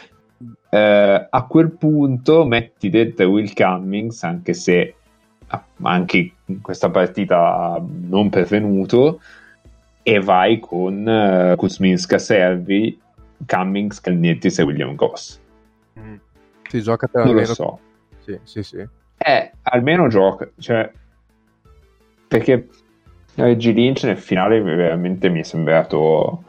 A quel punto metti dentro Will Cummings, anche se anche in questa partita non pervenuto, e vai con Kuzminska, Servi, Cummings, Calnietis e William Goss. Si gioca non almeno... lo so. Sì. Almeno gioca, cioè, perché Reggie Lynch nel finale veramente mi è sembrato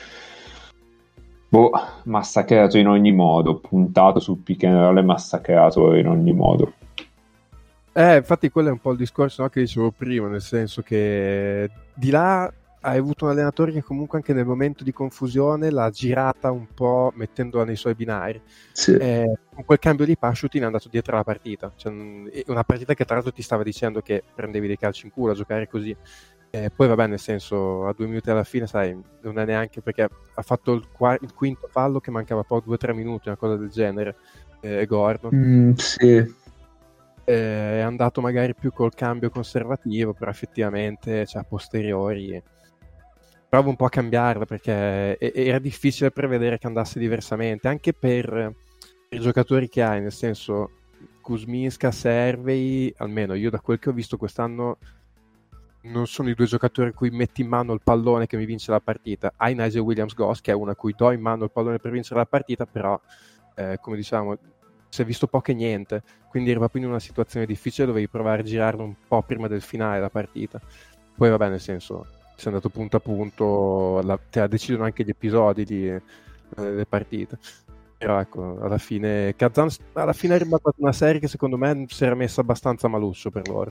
massacrato in ogni modo, puntato sul pick and roll e massacrato in ogni modo. Infatti quello è un po' il discorso, no, che dicevo prima, nel senso che di là hai avuto un allenatore che comunque anche nel momento di confusione l'ha girata un po' mettendola nei suoi binari. Sì. Con quel cambio di Pashutin è andato dietro alla partita, cioè, una partita che tra l'altro ti stava dicendo che prendevi dei calci in culo a giocare così. Poi vabbè, nel senso, a 2 minuti alla fine, sai, non è neanche, perché ha fatto il quinto fallo che mancava poco, 2-3 minuti, una cosa del genere, Gordon. Sì. È andato magari più col cambio conservativo, però effettivamente, cioè, a posteriori provo un po' a cambiarla, perché era difficile prevedere che andasse diversamente, anche per i giocatori che hai, nel senso Kuzminska, Servei, almeno io da quel che ho visto quest'anno non sono i due giocatori a cui metti in mano il pallone che mi vince la partita. Hai Nigel Williams-Goss, che è uno a cui do in mano il pallone per vincere la partita, però come diciamo si è visto poco e niente, quindi eri proprio in una situazione difficile, dovevi provare a girarlo un po' prima del finale della partita. Poi vabbè, nel senso, sei andato punto a punto, te la decidono anche gli episodi delle partite, però ecco, alla fine Kazan alla fine ha ribaltato una serie che secondo me si era messa abbastanza maluccio per loro.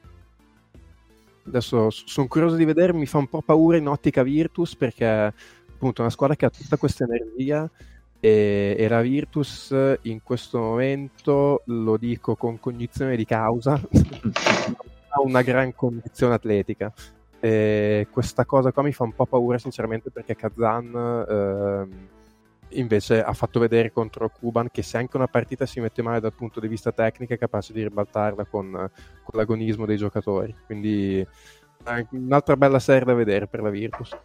Adesso sono curioso di vedere, mi fa un po' paura in ottica Virtus, perché appunto una squadra che ha tutta questa energia e la Virtus in questo momento, lo dico con cognizione di causa, ha una gran condizione atletica. Questa cosa qua mi fa un po' paura sinceramente, perché Kazan invece ha fatto vedere contro Kuban che se anche una partita si mette male dal punto di vista tecnico è capace di ribaltarla con l'agonismo dei giocatori, quindi un'altra bella serie da vedere per la Virtus.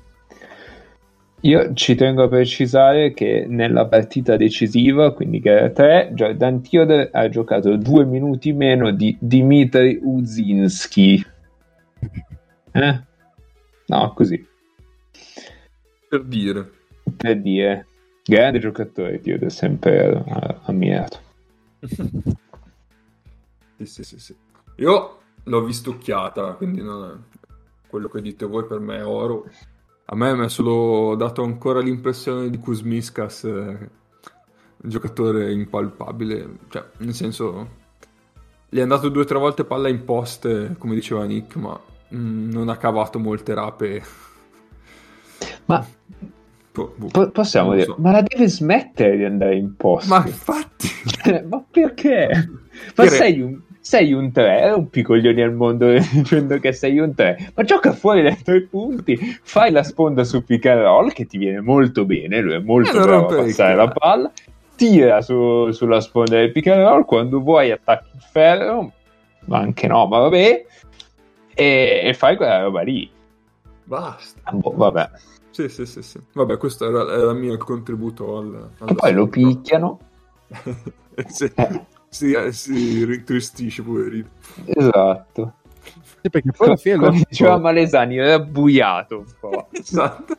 Io ci tengo a precisare che nella partita decisiva, quindi gara 3, Jordan Theodore ha giocato 2 minuti meno di Dmitry Uzinski. No, così. Per dire. Grande giocatore, Theodore, sempre ammirato. Sì. Io l'ho vistucchiata, quindi non è... quello che dite voi per me è oro. A me mi ha solo dato ancora l'impressione di Kuzmiskas, un giocatore impalpabile, cioè nel senso gli è andato 2 o 3 volte palla in post, come diceva Nick, ma non ha cavato molte rape. Ma possiamo dire, ma la deve smettere di andare in post? Ma infatti, ma perché? Ma sei un 3, un picoglioni al mondo dicendo che sei un 3, ma gioca fuori dai tuoi punti, fai la sponda su pick and roll che ti viene molto bene, lui è molto bravo a passare la palla, tira sulla sponda del pick and roll, quando vuoi attacchi il ferro, ma anche no, ma vabbè, e fai quella roba lì. Basta. Vabbè. Sì. Vabbè, questo era il mio contributo e poi lo picchiano. Si ritristisce, poverino. Esatto. Sì, perché poi alla fine come diceva Malesani, era buiato un po'. Esatto.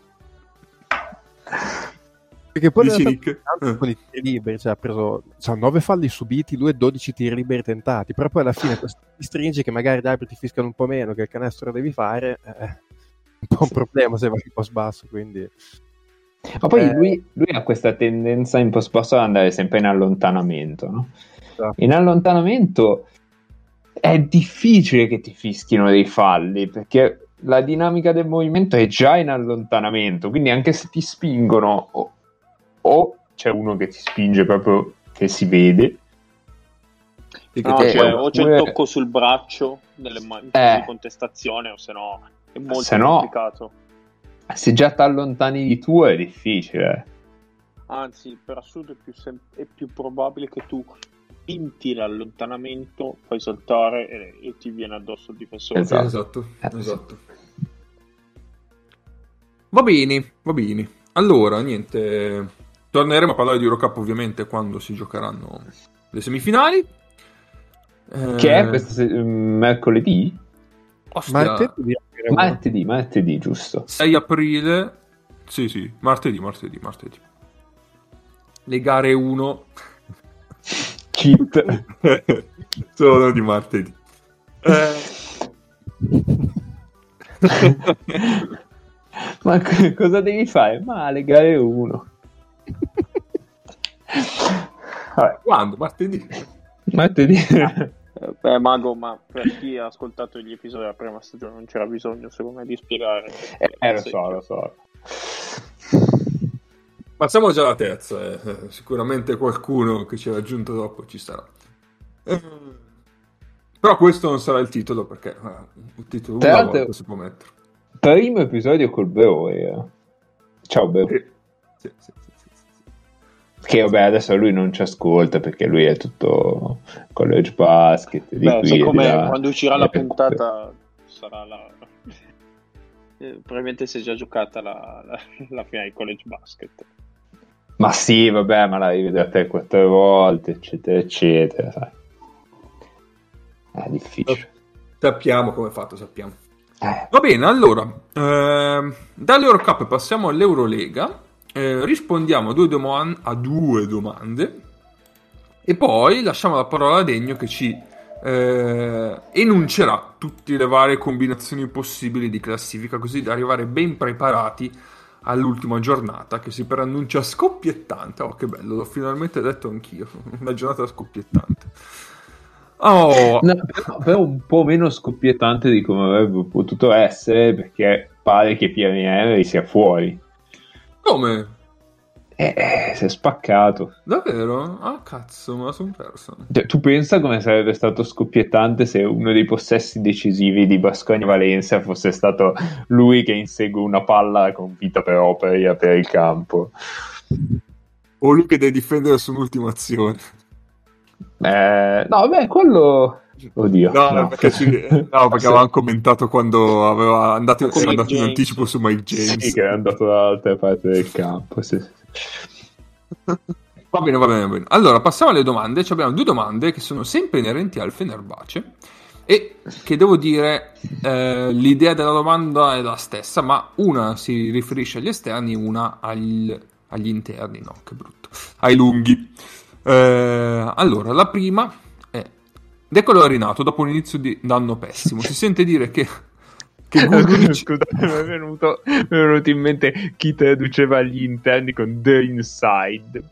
Perché poi con i tiri liberi, cioè ha preso 9 falli subiti, lui 12 tiri liberi tentati, però poi alla fine questo ti stringi che magari gli arbitri fiscano un po' meno, che il canestro devi fare, un po' un problema se vai in post basso, quindi... Ma poi lui ha questa tendenza in post basso ad andare sempre in allontanamento, no? Esatto. In allontanamento è difficile che ti fischino dei falli, perché la dinamica del movimento è già in allontanamento, quindi anche se ti spingono o c'è uno che ti spinge proprio, che si vede, o c'è il tocco sul braccio nelle di contestazione, o se no è molto complicato. Se già ti allontani di tuo è difficile. Anzi, per assurdo è più probabile che tu pinti l'allontanamento, fai saltare e ti viene addosso il difensore. Esatto. Va bene. Allora, niente, torneremo a parlare di Eurocup ovviamente quando si giocheranno le semifinali. Che è questo mercoledì? Martedì, giusto. 6 aprile. Sì, martedì. Le gare 1 cheat sono di martedì. Ma cosa devi fare? Ma le gare 1. Vabbè, quando? Martedì. Beh, Mago, ma per chi ha ascoltato gli episodi della prima stagione non c'era bisogno, secondo me, di spiegare. Lo so. Passiamo già alla terza. Sicuramente qualcuno che ci ha raggiunto dopo ci sarà. Però questo non sarà il titolo, perché il titolo una volta si può mettere. Primo episodio col Beroe. Ciao Beroe. Sì. Che vabbè, adesso lui non ci ascolta perché lui è tutto college basket. Quando uscirà la puntata sarà probabilmente si è già giocata la finale di college basket. Ma sì, vabbè, ma la rivedrete 4 volte, eccetera, sai. È difficile. Sappiamo come è fatto, sappiamo. Va bene, allora dall'Eurocup passiamo all'Eurolega. Rispondiamo a due domande e poi lasciamo la parola a Degno che ci enuncerà tutte le varie combinazioni possibili di classifica, così da arrivare ben preparati all'ultima giornata che si preannuncia scoppiettante. Oh, che bello, l'ho finalmente detto anch'io, una giornata scoppiettante. Però un po' meno scoppiettante di come avrebbe potuto essere, perché pare che Pierre sia fuori. Come? Si è spaccato. Davvero? Ah, cazzo, me la sono persa. Cioè, tu pensa come sarebbe stato scoppiettante se uno dei possessi decisivi di Baskonia Valencia fosse stato lui che insegue una palla con vita propria per il campo. O lui che deve difendere su un'ultima azione. No, beh, quello... Oddio. No, perché avevamo commentato quando aveva andato Con Mike in James. anticipo su Mike James. Sì, che è andato dall'altra parte del campo, sì. Va bene. Allora, passiamo alle domande. Abbiamo 2 domande che sono sempre inerenti al Fenerbahce e che devo dire l'idea della domanda è la stessa, ma una si riferisce agli esterni, una agli interni, no, che brutto, ai lunghi. Allora, la prima è: De Colo è rinato dopo un inizio d'anno pessimo. Si sente dire che Guduric... Scusa, mi è venuto in mente chi traduceva agli interni con The Inside.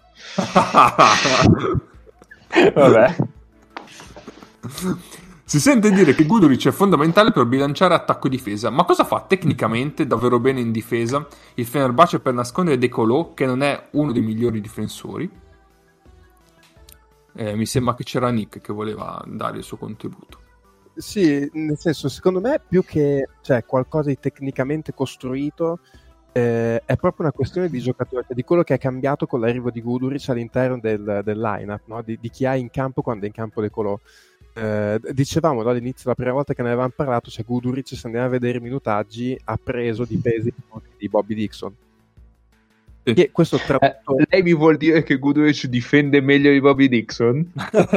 Vabbè. Si sente dire che Guduric è fondamentale per bilanciare attacco e difesa, ma cosa fa tecnicamente davvero bene in difesa il Fenerbahce per nascondere De Colo, che non è uno dei migliori difensori? Mi sembra che c'era Nick che voleva dare il suo contributo. Sì, nel senso, secondo me più che qualcosa di tecnicamente costruito, è proprio una questione di giocatore, di quello che è cambiato con l'arrivo di Guduric all'interno del line-up, no? di chi ha in campo quando è in campo De Colo. Dicevamo all'inizio, la prima volta che ne avevamo parlato, Guduric, se andiamo a vedere i minutaggi, ha preso di pesi di Bobby Dixon. Che questo tradotto... lei mi vuol dire che Guduric difende meglio di Bobby Dixon?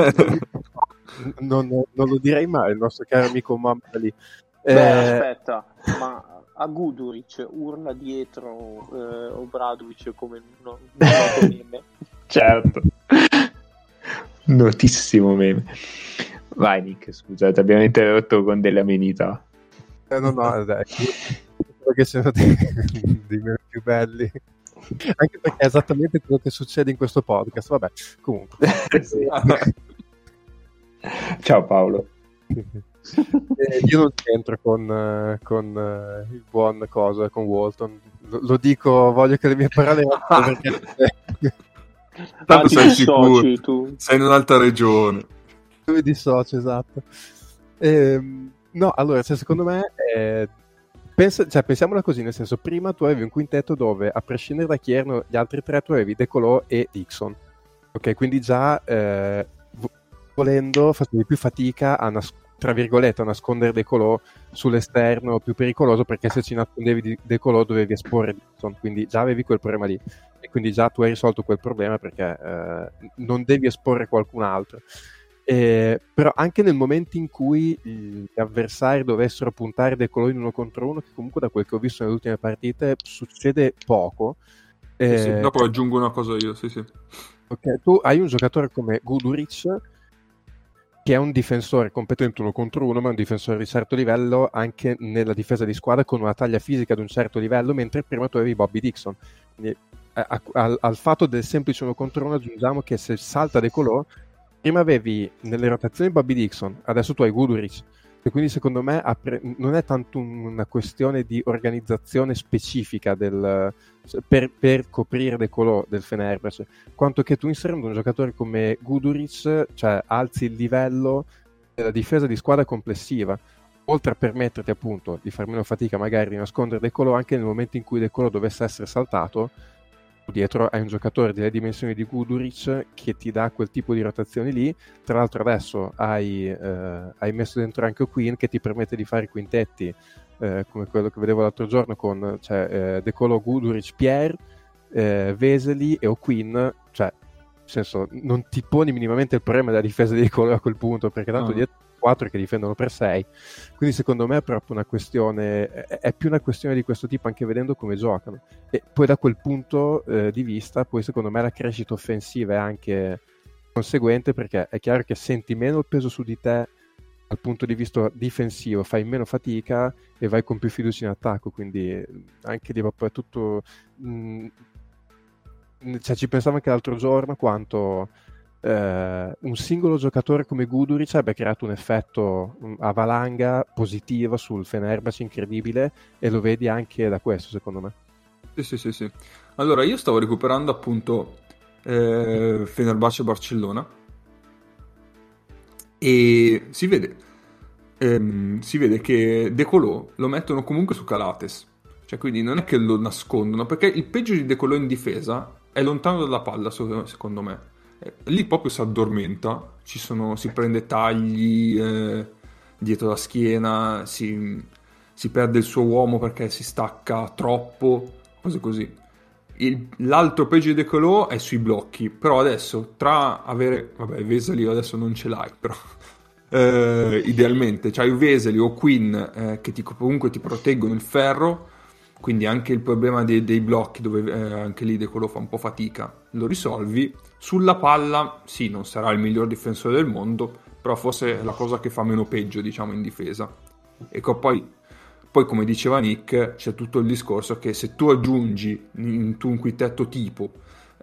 non lo direi mai, il nostro caro amico Mamma lì. Aspetta, ma a Guduric urla dietro Obradovic come un meme. Certo. Notissimo meme. Vai Nick, scusate, abbiamo interrotto con delle amenità. No, dai, perché sono dei meme più belli. Anche perché è esattamente quello che succede in questo podcast. Vabbè, comunque. Ciao Paolo. Io non c'entro con il buon cosa, con Walton. Lo dico, voglio che le mie parole perché... Tanto sei sicuro, tu sei in un'altra regione. Tu mi dissocio, esatto. No, allora, secondo me pensiamola così, nel senso, prima tu avevi un quintetto dove, a prescindere da chi erano gli altri tre, tu avevi De Colo e Dixon. Ok, quindi già volendo facevi più fatica tra virgolette a nascondere De Colo sull'esterno più pericoloso, perché se ci nascondevi De Colo dovevi esporre Dixon, quindi già avevi quel problema lì e quindi già tu hai risolto quel problema perché non devi esporre qualcun altro. Però anche nel momento in cui gli avversari dovessero puntare De Colo in 1 contro 1, che comunque da quel che ho visto nelle ultime partite succede poco. Sì, dopo aggiungo una cosa io, sì. Ok, tu hai un giocatore come Guduric che è un difensore competente 1 contro 1, ma è un difensore di certo livello anche nella difesa di squadra, con una taglia fisica di un certo livello, mentre prima tu avevi Bobby Dixon. Quindi al fatto del semplice 1 contro 1 aggiungiamo che se salta De Colo, prima avevi nelle rotazioni Bobby Dixon, adesso tu hai Guduric, e quindi secondo me non è tanto una questione di organizzazione specifica per coprire De Colo del Fenerbahce, quanto che tu inserendo un giocatore come Guduric, cioè alzi il livello della difesa di squadra complessiva, oltre a permetterti appunto di far meno fatica magari di nascondere De Colo anche nel momento in cui De Colo dovesse essere saltato. Dietro hai un giocatore delle dimensioni di Guduric che ti dà quel tipo di rotazioni lì. Tra l'altro adesso hai messo dentro anche O'Quinn che ti permette di fare i quintetti come quello che vedevo l'altro giorno con De Colo, Guduric, Pierre, Vesely e O'Quinn, cioè nel senso non ti poni minimamente il problema della difesa di De Colo a quel punto, perché tanto dietro 4 che difendono per 6, quindi secondo me è proprio una questione, è più una questione di questo tipo, anche vedendo come giocano, e poi da quel punto di vista poi secondo me la crescita offensiva è anche conseguente, perché è chiaro che senti meno il peso su di te dal punto di vista difensivo, fai meno fatica e vai con più fiducia in attacco, quindi anche lì proprio è tutto ci pensavo anche l'altro giorno quanto un singolo giocatore come Guduric abbia creato un effetto a valanga positivo sul Fenerbahce incredibile, e lo vedi anche da questo secondo me. Sì. Allora, io stavo recuperando appunto Fenerbahce Barcellona e si vede che De Colo lo mettono comunque su Calates, cioè quindi non è che lo nascondono, perché il peggio di De Colo in difesa è lontano dalla palla, secondo me. Lì proprio si addormenta, si prende tagli dietro la schiena, si perde il suo uomo perché si stacca troppo, cose così. L'altro peggio di De Colo è sui blocchi, però adesso tra avere, vabbè, Vesely adesso non ce l'hai, però idealmente c'hai Vesely o Quinn che comunque ti proteggono il ferro, quindi anche il problema dei blocchi dove anche lì De Colo fa un po' fatica lo risolvi. Sulla palla sì, non sarà il miglior difensore del mondo, però forse è la cosa che fa meno peggio, diciamo, in difesa. Ecco, poi come diceva Nick, c'è tutto il discorso che se tu aggiungi in un quintetto tipo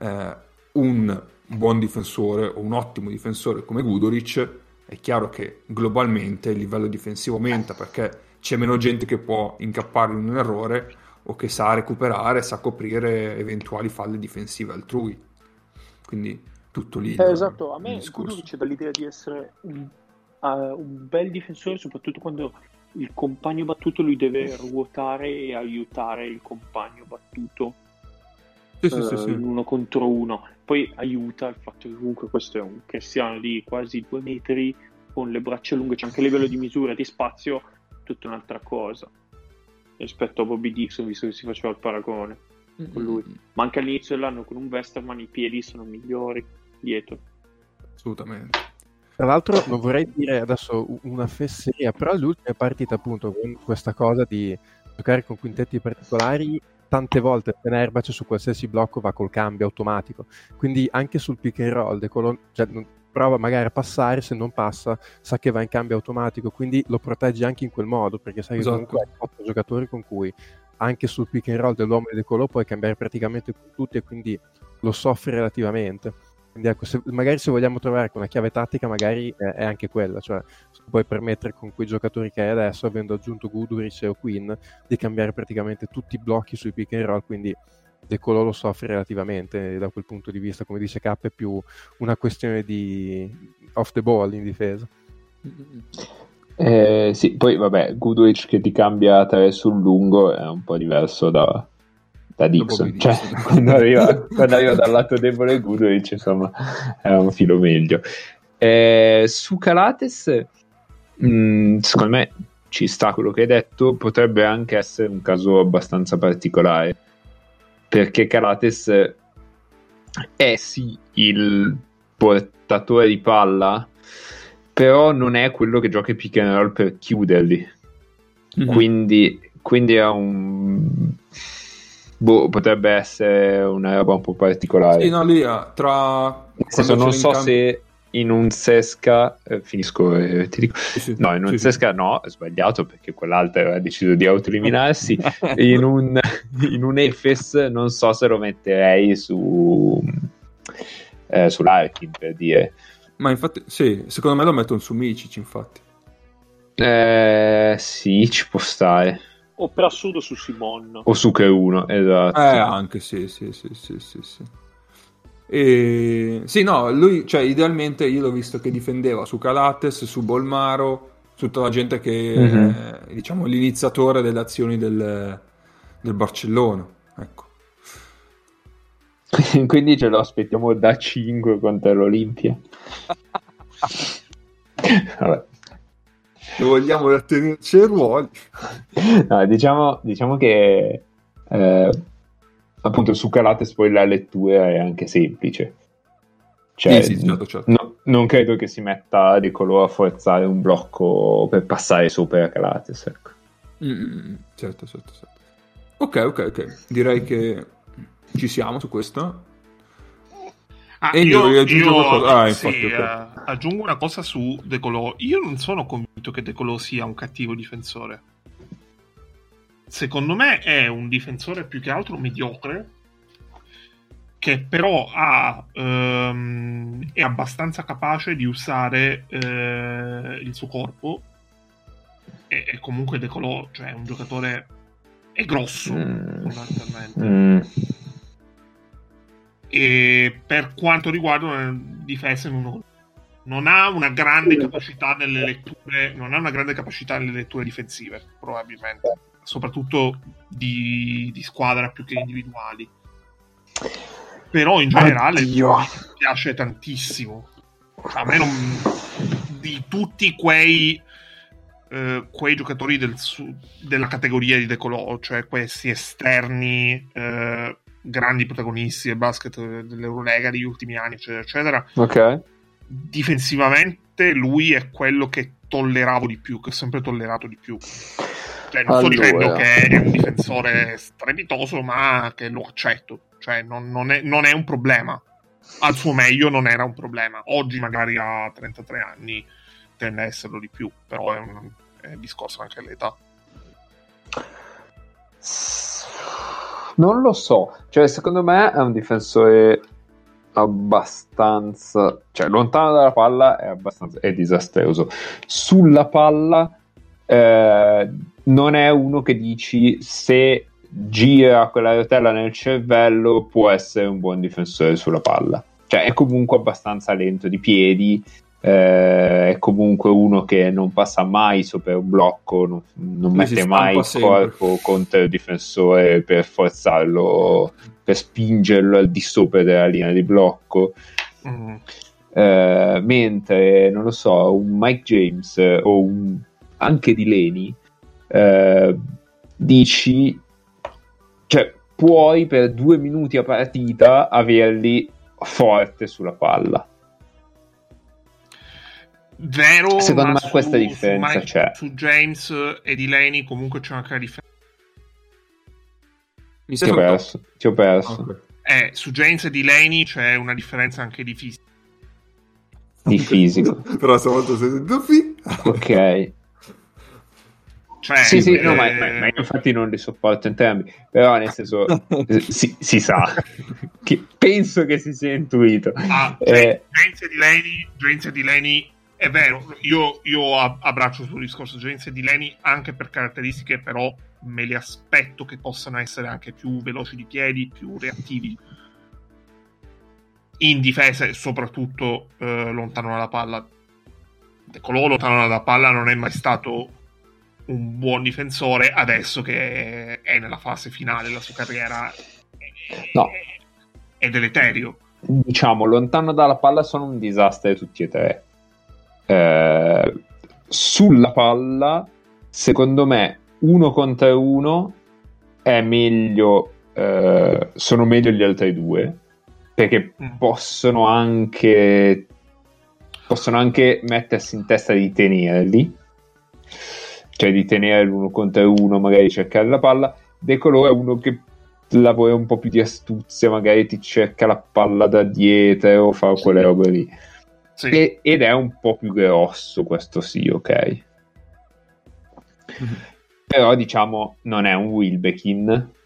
un buon difensore o un ottimo difensore come Guduric, è chiaro che globalmente il livello difensivo aumenta, perché c'è meno gente che può incappare in un errore o che sa recuperare, sa coprire eventuali falle difensive altrui. Quindi tutto lì. Esatto, a me Guduric dà l'idea di essere un bel difensore, soprattutto quando il compagno battuto lui deve ruotare e aiutare il compagno battuto in uno contro uno. Poi aiuta il fatto che comunque questo è un Cristiano di quasi 2 metri con le braccia lunghe, c'è anche a livello di misura e di spazio tutta un'altra cosa rispetto a Bobby Dixon, visto che si faceva il paragone con lui. Ma anche all'inizio dell'anno con un Westerman i piedi sono migliori dietro. Assolutamente. Tra l'altro non vorrei dire adesso una fesseria, però le ultime partite appunto con questa cosa di giocare con quintetti particolari, tante volte Fenerbahce su qualsiasi blocco va col cambio automatico, quindi anche sul pick and roll De Colo, prova magari a passare, se non passa sa che va in cambio automatico, quindi lo proteggi anche in quel modo, perché sai che comunque hai 8 giocatori con cui anche sul pick and roll dell'uomo di De Colo puoi cambiare praticamente con tutti e quindi lo soffri relativamente. Quindi ecco, magari se vogliamo trovare una chiave tattica magari è anche quella, cioè puoi permettere con quei giocatori che hai adesso, avendo aggiunto Guduric o Quinn, di cambiare praticamente tutti i blocchi sui pick and roll, quindi De Colo lo soffre relativamente da quel punto di vista, come dice K, è più una questione di off the ball in difesa. Sì, poi vabbè, Guduric che ti cambia 3 sul lungo è un po' diverso da Dixon, cioè quando arriva dal lato debole Guduric, insomma, è un filo meglio. Su Calates secondo me ci sta quello che hai detto, potrebbe anche essere un caso abbastanza particolare, perché Calates è sì il portatore di palla, però non è quello che gioca i pick and roll per chiuderli. Quindi è un potrebbe essere una roba un po' particolare. Sì, no, lì non so se in un Sesca finisco e ti dico no, in un Sesca no, è sbagliato perché quell'altro ha deciso di autoeliminarsi. in un Efes non so se lo metterei sull'Arkin, per dire. Ma infatti sì, secondo me lo mettono su Micic, infatti. Sì, ci può stare. O per assurdo su Simon. O su K1, esatto. Anche sì. Sì, no, lui, cioè, idealmente io l'ho visto che difendeva su Calates, su Bolmaro, su tutta la gente che è, diciamo, l'iniziatore delle azioni del Barcellona, ecco. Quindi ce lo aspettiamo da 5 contro l'Olimpia. Vabbè. Lo vogliamo attenerci ai ruoli. No, diciamo che appunto su Calates poi la lettura è anche semplice, cioè sì, certo. Non credo che si metta di colore a forzare un blocco per passare sopra a Calates, ecco. Certo. Ok, direi che ci siamo su questo. Io aggiungo una cosa su De Colo. Io non sono convinto che De Colo sia un cattivo difensore. Secondo me è un difensore più che altro mediocre, che però è abbastanza capace di usare il suo corpo. E comunque De Colo, cioè, è un giocatore è grosso fondamentalmente. E per quanto riguarda le difese non ha una grande capacità nelle letture, difensive, probabilmente, soprattutto di squadra più che individuali. Però in generale mi piace tantissimo. A me di tutti quei giocatori della categoria di De Colo, cioè questi esterni grandi protagonisti del basket dell'Eurolega degli ultimi anni, eccetera eccetera, ok, difensivamente lui è quello che tolleravo di più, che ho sempre tollerato di più. Cioè, non sto dicendo che è un difensore strepitoso, ma che lo accetto. Cioè, non è un problema. Al suo meglio non era un problema. Oggi magari a 33 anni tende a esserlo di più, però è un discorso anche all'età. Non lo so, cioè secondo me è un difensore abbastanza, cioè lontano dalla palla è disastroso. Sulla palla non è uno che dici se gira quella rotella nel cervello può essere un buon difensore sulla palla, cioè è comunque abbastanza lento di piedi, è comunque uno che non passa mai sopra un blocco, non mette mai il corpo contro il difensore per forzarlo, per spingerlo al di sopra della linea di blocco. Mentre non lo so, un Mike James o anche Delaney, dici, cioè puoi per 2 minuti a partita averli forte sulla palla. Vero, secondo me questa differenza c'è. Su James e Delaney comunque c'è anche la differenza. Ti ho perso. Okay. Su James e Delaney c'è una differenza anche di fisico. Di fisico. Però stavolta sei sentito ok. Cioè, sì, no, ma io infatti non li sopporto entrambi, però nel senso si sa, penso che si sia intuito. James e Delaney è vero, io abbraccio sul discorso James e Delaney anche per caratteristiche, però me li aspetto che possano essere anche più veloci di piedi, più reattivi in difesa e soprattutto lontano dalla palla. De Colo lontano dalla palla non è mai stato un buon difensore, adesso che è nella fase finale della sua carriera è deleterio. Diciamo, lontano dalla palla sono un disastro tutti e tre. Sulla palla, secondo me, 1 contro 1 è meglio, sono meglio gli altri due, perché possono anche mettersi in testa di tenerli, cioè di tenere l'1 contro 1, magari cercare la palla. De Colo è uno che lavora un po' più di astuzia, magari ti cerca la palla da dietro o fa quelle robe lì. Sì. Ed è un po' più grosso, questo sì, ok. Però diciamo non è un Wilbekin,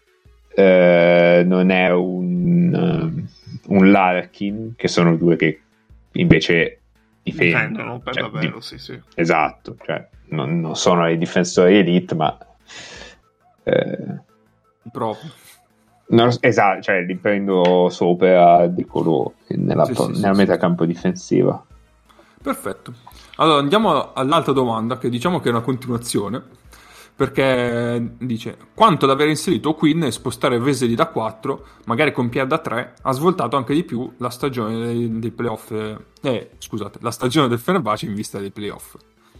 non è un Larkin, che sono due che invece difendono per davvero, sì. Esatto, cioè non sono i difensori elite, ma proprio. Esatto, cioè li prendo sopra De Colo nella metacampo difensiva. Perfetto. Allora andiamo all'altra domanda, che diciamo che è una continuazione, perché dice: quanto l'aver inserito Quinn e spostare Vesely da 4, magari con Pierre da 3, ha svoltato anche di più la stagione dei playoff, la stagione del Fenerbahce in vista dei playoff.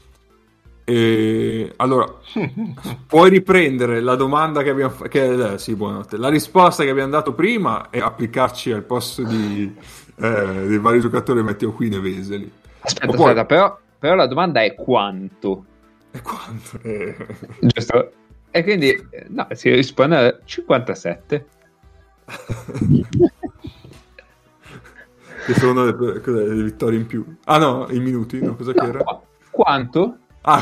Allora puoi riprendere la domanda che abbiamo buonanotte, la risposta che abbiamo dato prima e applicarci al posto dei vari giocatori Matteo Quinn e Vesely. Aspetta, però la domanda è quanto? Giusto? E quindi no, si risponde a 57. Che sono le vittorie in più. Ah no, in minuti, no? Cosa che era? Quanto?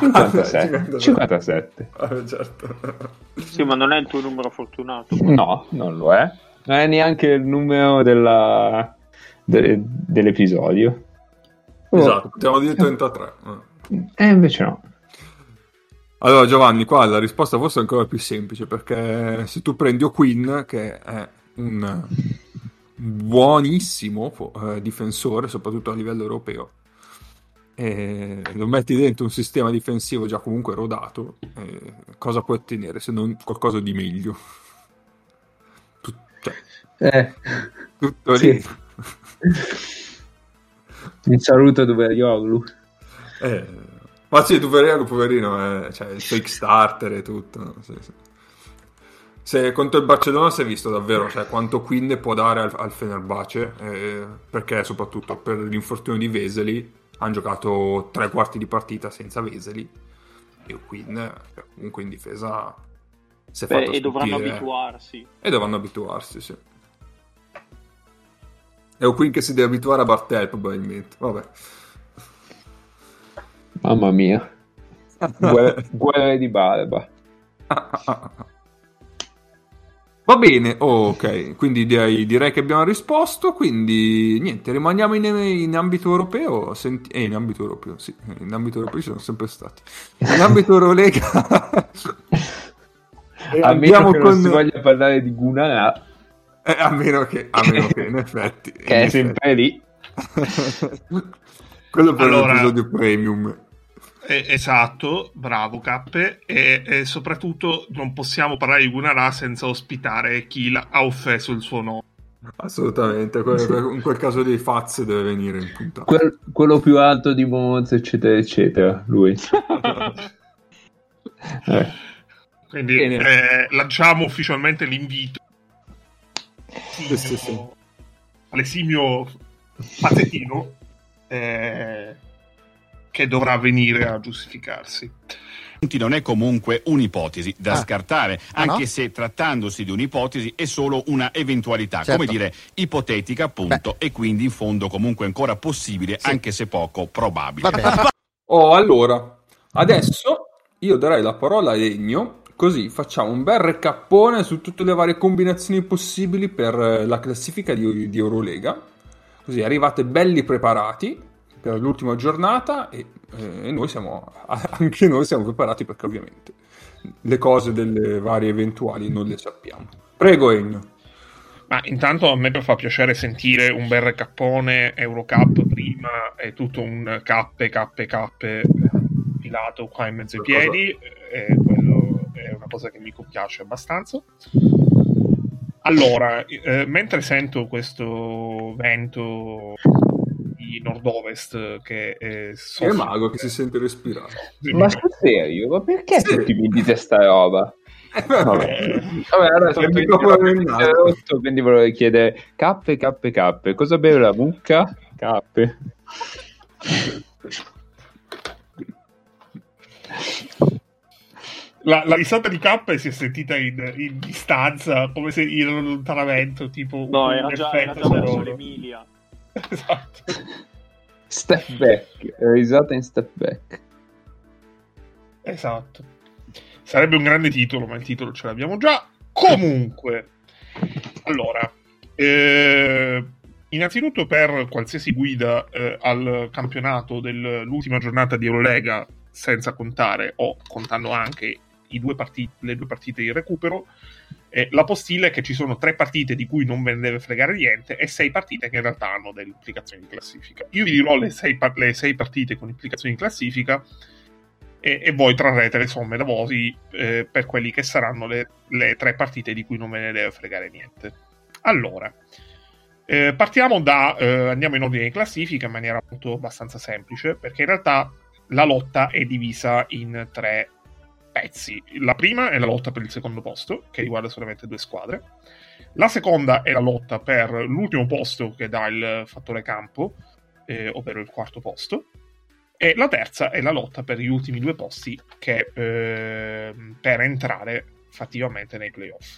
57. Certo. Sì, ma non è il tuo numero fortunato. No, non lo è. Non è neanche il numero dell'episodio. Esatto, potevamo dire 33. Invece no. Allora Giovanni, qua la risposta forse è ancora più semplice, perché se tu prendi O'Quinn, che è un buonissimo difensore, soprattutto a livello europeo, e lo metti dentro un sistema difensivo già comunque rodato, cosa puoi ottenere se non qualcosa di meglio? Tutto lì. Sì. Un saluto a Duverioglu. Ma sì, Duverioglu poverino, cioè il fake starter e tutto, no? Sì. Se contro il Barcellona si è visto davvero, cioè, quanto Quinn può dare al Fenerbahce, perché soprattutto per l'infortunio di Vesely hanno giocato 3/4 di partita senza Vesely, e Quinn comunque in difesa si è fatto e dovranno abituarsi. E dovranno abituarsi, sì. È un Quinn che si deve abituare a Bartel probabilmente, vabbè. Mamma mia. Guerre di barba. Va bene, ok, quindi direi che abbiamo risposto, quindi niente, rimaniamo in ambito europeo, in ambito europeo, sì, in ambito europeo ci sono sempre stati, in ambito Eurolega. A meno che non si voglia parlare di Gunnar, a meno che in effetti che è sempre lì. Quello per l'episodio premium. Esatto, bravo Cappe, e soprattutto non possiamo parlare di Gunnar senza ospitare chi ha offeso il suo nome. Assolutamente, in quel caso dei Faz deve venire in puntata. Quello più alto di Monza, eccetera eccetera, lui. Quindi lanciamo ufficialmente l'invito all'esimio Pazzettino, che dovrà venire a giustificarsi. Non è comunque un'ipotesi da scartare, anche se trattandosi di un'ipotesi è solo una eventualità, come dire, ipotetica appunto, e quindi in fondo comunque ancora possibile, anche se poco probabile. Allora, adesso io darei la parola a Ennio, così facciamo un bel recappone su tutte le varie combinazioni possibili per la classifica di Eurolega, così arrivate belli preparati per l'ultima giornata, e anche noi siamo preparati, perché ovviamente le cose delle varie eventuali non le sappiamo. Prego Ennio. Ma intanto a me fa piacere sentire un bel recappone Eurocup prima e tutto un cappe filato qua in mezzo ai piedi, e quello è una cosa che mi piace abbastanza. Allora, mentre sento questo vento di nord-ovest che è mago che si sente respirare. Ma sul serio? Ma perché tutti mi dite sta roba? Vabbè, allora quindi volevo chiedere cappe, cosa beve la mucca? Cappe. La risata di K si è sentita in distanza, come se in un allontanamento, tipo era già verso l'Emilia. Esatto. Step back, risata in step back. Esatto. Sarebbe un grande titolo, ma il titolo ce l'abbiamo già. Comunque, allora, innanzitutto, per qualsiasi guida al campionato dell'ultima giornata di Eurolega, senza contare o contando anche le due partite di recupero, la postilla è che ci sono 3 partite di cui non ve ne deve fregare niente e 6 partite che in realtà hanno delle implicazioni di classifica. Io vi dirò le 6 partite con implicazioni di classifica, e voi trarrete le somme da voti per quelli che saranno le 3 partite di cui non ve ne deve fregare niente. Allora, partiamo andiamo in ordine di classifica in maniera abbastanza semplice, perché in realtà la lotta è divisa in 3 pezzi. La prima è la lotta per il secondo posto, che riguarda solamente 2 squadre. La seconda è la lotta per l'ultimo posto, che dà il fattore campo, ovvero il quarto posto. E la terza è la lotta per gli ultimi 2 posti, che per entrare fattivamente nei playoff.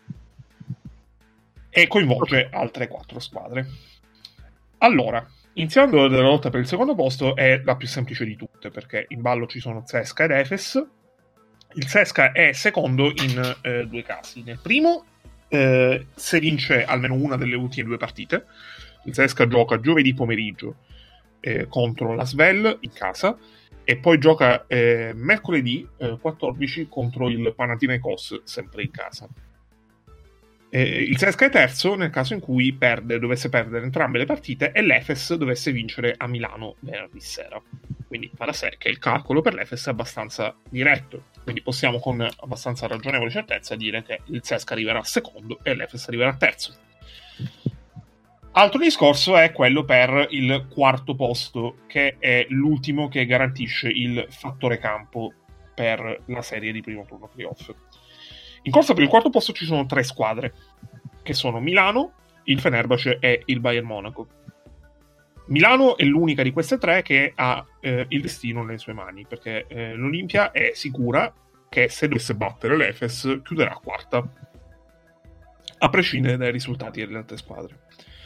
E coinvolge altre 4 squadre. Allora, iniziando dalla lotta per il secondo posto, è la più semplice di tutte, perché in ballo ci sono CSKA ed Efes. Il CSKA è secondo in 2 casi. Nel primo, se vince almeno una delle ultime 2 partite, il CSKA gioca giovedì pomeriggio contro la Svel in casa, e poi gioca mercoledì 14 contro il Panathinaikos, sempre in casa. Il CSKA è terzo nel caso in cui dovesse perdere entrambe le partite e l'Efes dovesse vincere a Milano venerdì sera. Quindi fa da sé che il calcolo per l'Efes è abbastanza diretto, quindi possiamo con abbastanza ragionevole certezza dire che il CSKA arriverà secondo e l'Efes arriverà terzo. Altro discorso è quello per il quarto posto, che è l'ultimo che garantisce il fattore campo per la serie di primo turno playoff. In corsa per il quarto posto ci sono 3 squadre, che sono Milano, il Fenerbahce e il Bayern Monaco. Milano è l'unica di queste 3 che ha il destino nelle sue mani, perché l'Olimpia è sicura che se dovesse battere l'Efes chiuderà quarta, a prescindere dai risultati delle altre squadre.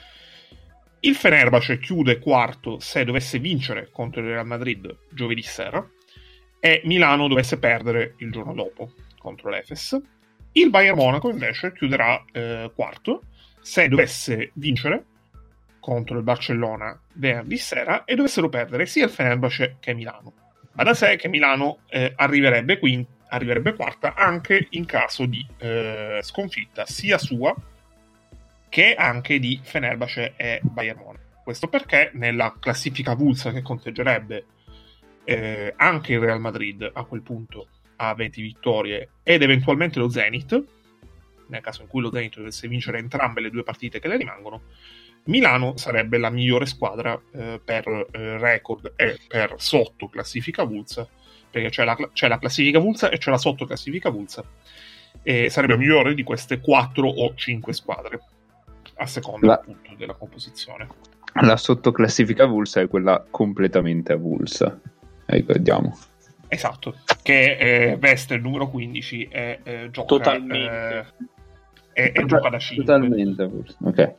Il Fenerbahce chiude quarto se dovesse vincere contro il Real Madrid giovedì sera e Milano dovesse perdere il giorno dopo contro l'Efes. Il Bayern Monaco invece chiuderà quarto se dovesse vincere contro il Barcellona venerdì sera e dovessero perdere sia il Fenerbahce che Milano. Va da sé che Milano arriverebbe quarta anche in caso di sconfitta sia sua che anche di Fenerbahce e Bayern Monaco. Questo perché nella classifica avulsa che conteggerebbe anche il Real Madrid a quel punto a 20 vittorie ed eventualmente lo Zenit, nel caso in cui lo Zenit dovesse vincere entrambe le 2 partite che le rimangono, Milano sarebbe la migliore squadra per record e per sotto classifica avulsa, perché c'è la classifica avulsa e c'è la sotto classifica avulsa, e sarebbe migliore di queste 4 o 5 squadre a seconda appunto della composizione. La sottoclassifica avulsa è quella completamente avulsa, ricordiamo. Esatto, che veste il numero 15 e gioca totalmente e gioca da 5. Totalmente avulsa, ok.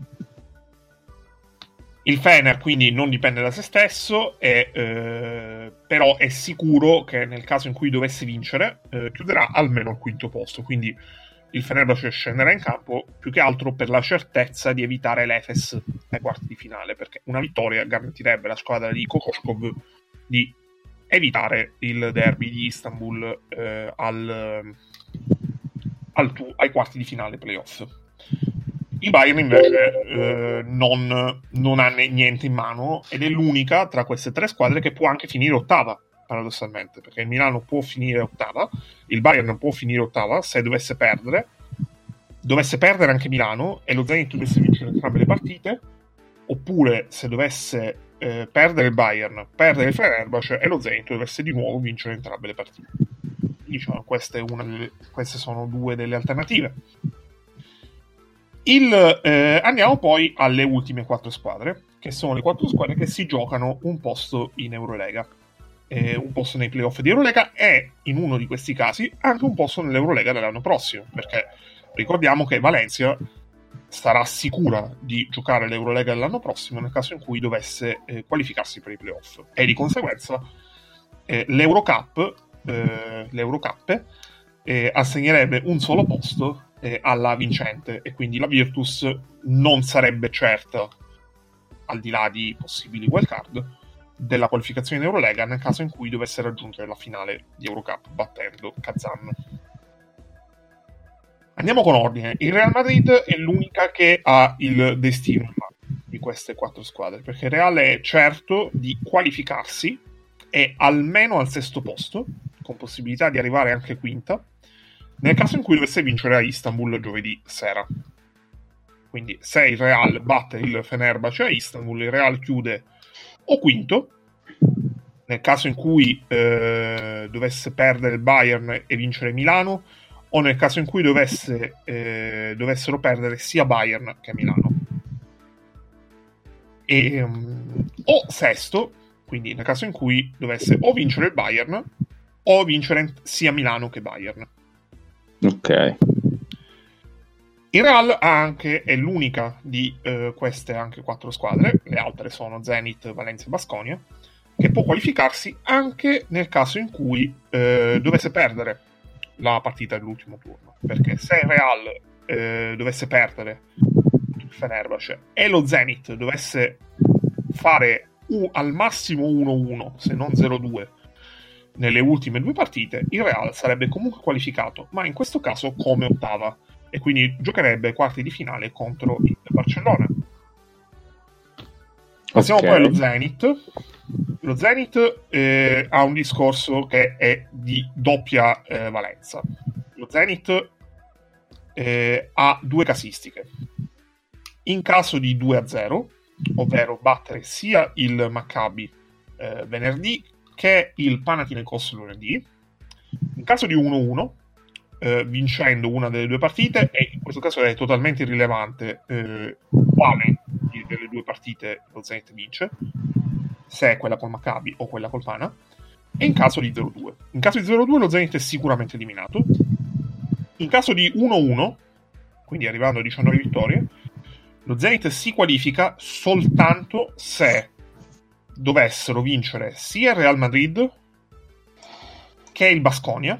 Il Fener quindi non dipende da se stesso, però è sicuro che nel caso in cui dovesse vincere chiuderà almeno al quinto posto, quindi il Fenerbahce scenderà in campo più che altro per la certezza di evitare l'Efes ai quarti di finale, perché una vittoria garantirebbe alla squadra di Kokoškov di evitare il derby di Istanbul ai quarti di finale playoff. Il Bayern invece non ha niente in mano ed è l'unica tra queste 3 squadre che può anche finire ottava, paradossalmente, perché il Milano può finire ottava, il Bayern può finire ottava se dovesse perdere anche Milano e lo Zenit dovesse vincere entrambe le partite, oppure se dovesse perdere il Bayern, perdere il Fenerbahce e lo Zenit dovesse di nuovo vincere entrambe le partite. Diciamo, queste sono 2 delle alternative. Andiamo poi alle ultime 4 squadre, che sono le 4 squadre che si giocano un posto in Eurolega, un posto nei playoff di Eurolega e in uno di questi casi anche un posto nell'Eurolega dell'anno prossimo, perché ricordiamo che Valencia sarà sicura di giocare l'Eurolega dell'anno prossimo nel caso in cui dovesse qualificarsi per i playoff, e di conseguenza l'Eurocup assegnerebbe un solo posto alla vincente, e quindi la Virtus non sarebbe certa, al di là di possibili wildcard, della qualificazione in Eurolega nel caso in cui dovesse raggiungere la finale di Eurocup battendo Kazan. Andiamo con ordine. Il Real Madrid è l'unica che ha il destino di queste 4 squadre, perché il Real è certo di qualificarsi e almeno al 6° posto, con possibilità di arrivare anche quinta, nel caso in cui dovesse vincere a Istanbul giovedì sera. Quindi se il Real batte il Fenerbahce a Istanbul, il Real chiude o quinto. Nel caso in cui dovesse perdere il Bayern e vincere Milano, o nel caso in cui dovessero perdere sia Bayern che Milano. O sesto, quindi nel caso in cui dovesse o vincere il Bayern o vincere sia Milano che Bayern. Ok. Il Real è l'unica di queste anche 4 squadre, le altre sono Zenit, Valencia e Baskonia, che può qualificarsi anche nel caso in cui dovesse perdere la partita dell'ultimo turno, perché se il Real dovesse perdere il Fenerbahce e lo Zenit dovesse fare al massimo 1-1, se non 0-2 nelle ultime 2 partite, il Real sarebbe comunque qualificato, ma in questo caso come ottava, e quindi giocherebbe ai quarti di finale contro il Barcellona. Passiamo poi allo Zenit. Lo Zenit ha un discorso che è di doppia valenza. Lo Zenit ha 2 casistiche. In caso di 2-0, ovvero battere sia il Maccabi venerdì che il Panathinaikos lunedì, in caso di 1-1, vincendo una delle 2 partite, e in questo caso è totalmente irrilevante quale delle 2 partite lo Zenit vince, se è quella col Maccabi o quella col Pana, e in caso di 0-2. In caso di 0-2 lo Zenit è sicuramente eliminato. In caso di 1-1, quindi arrivando a 19 vittorie, lo Zenit si qualifica soltanto se dovessero vincere sia il Real Madrid che il Baskonia,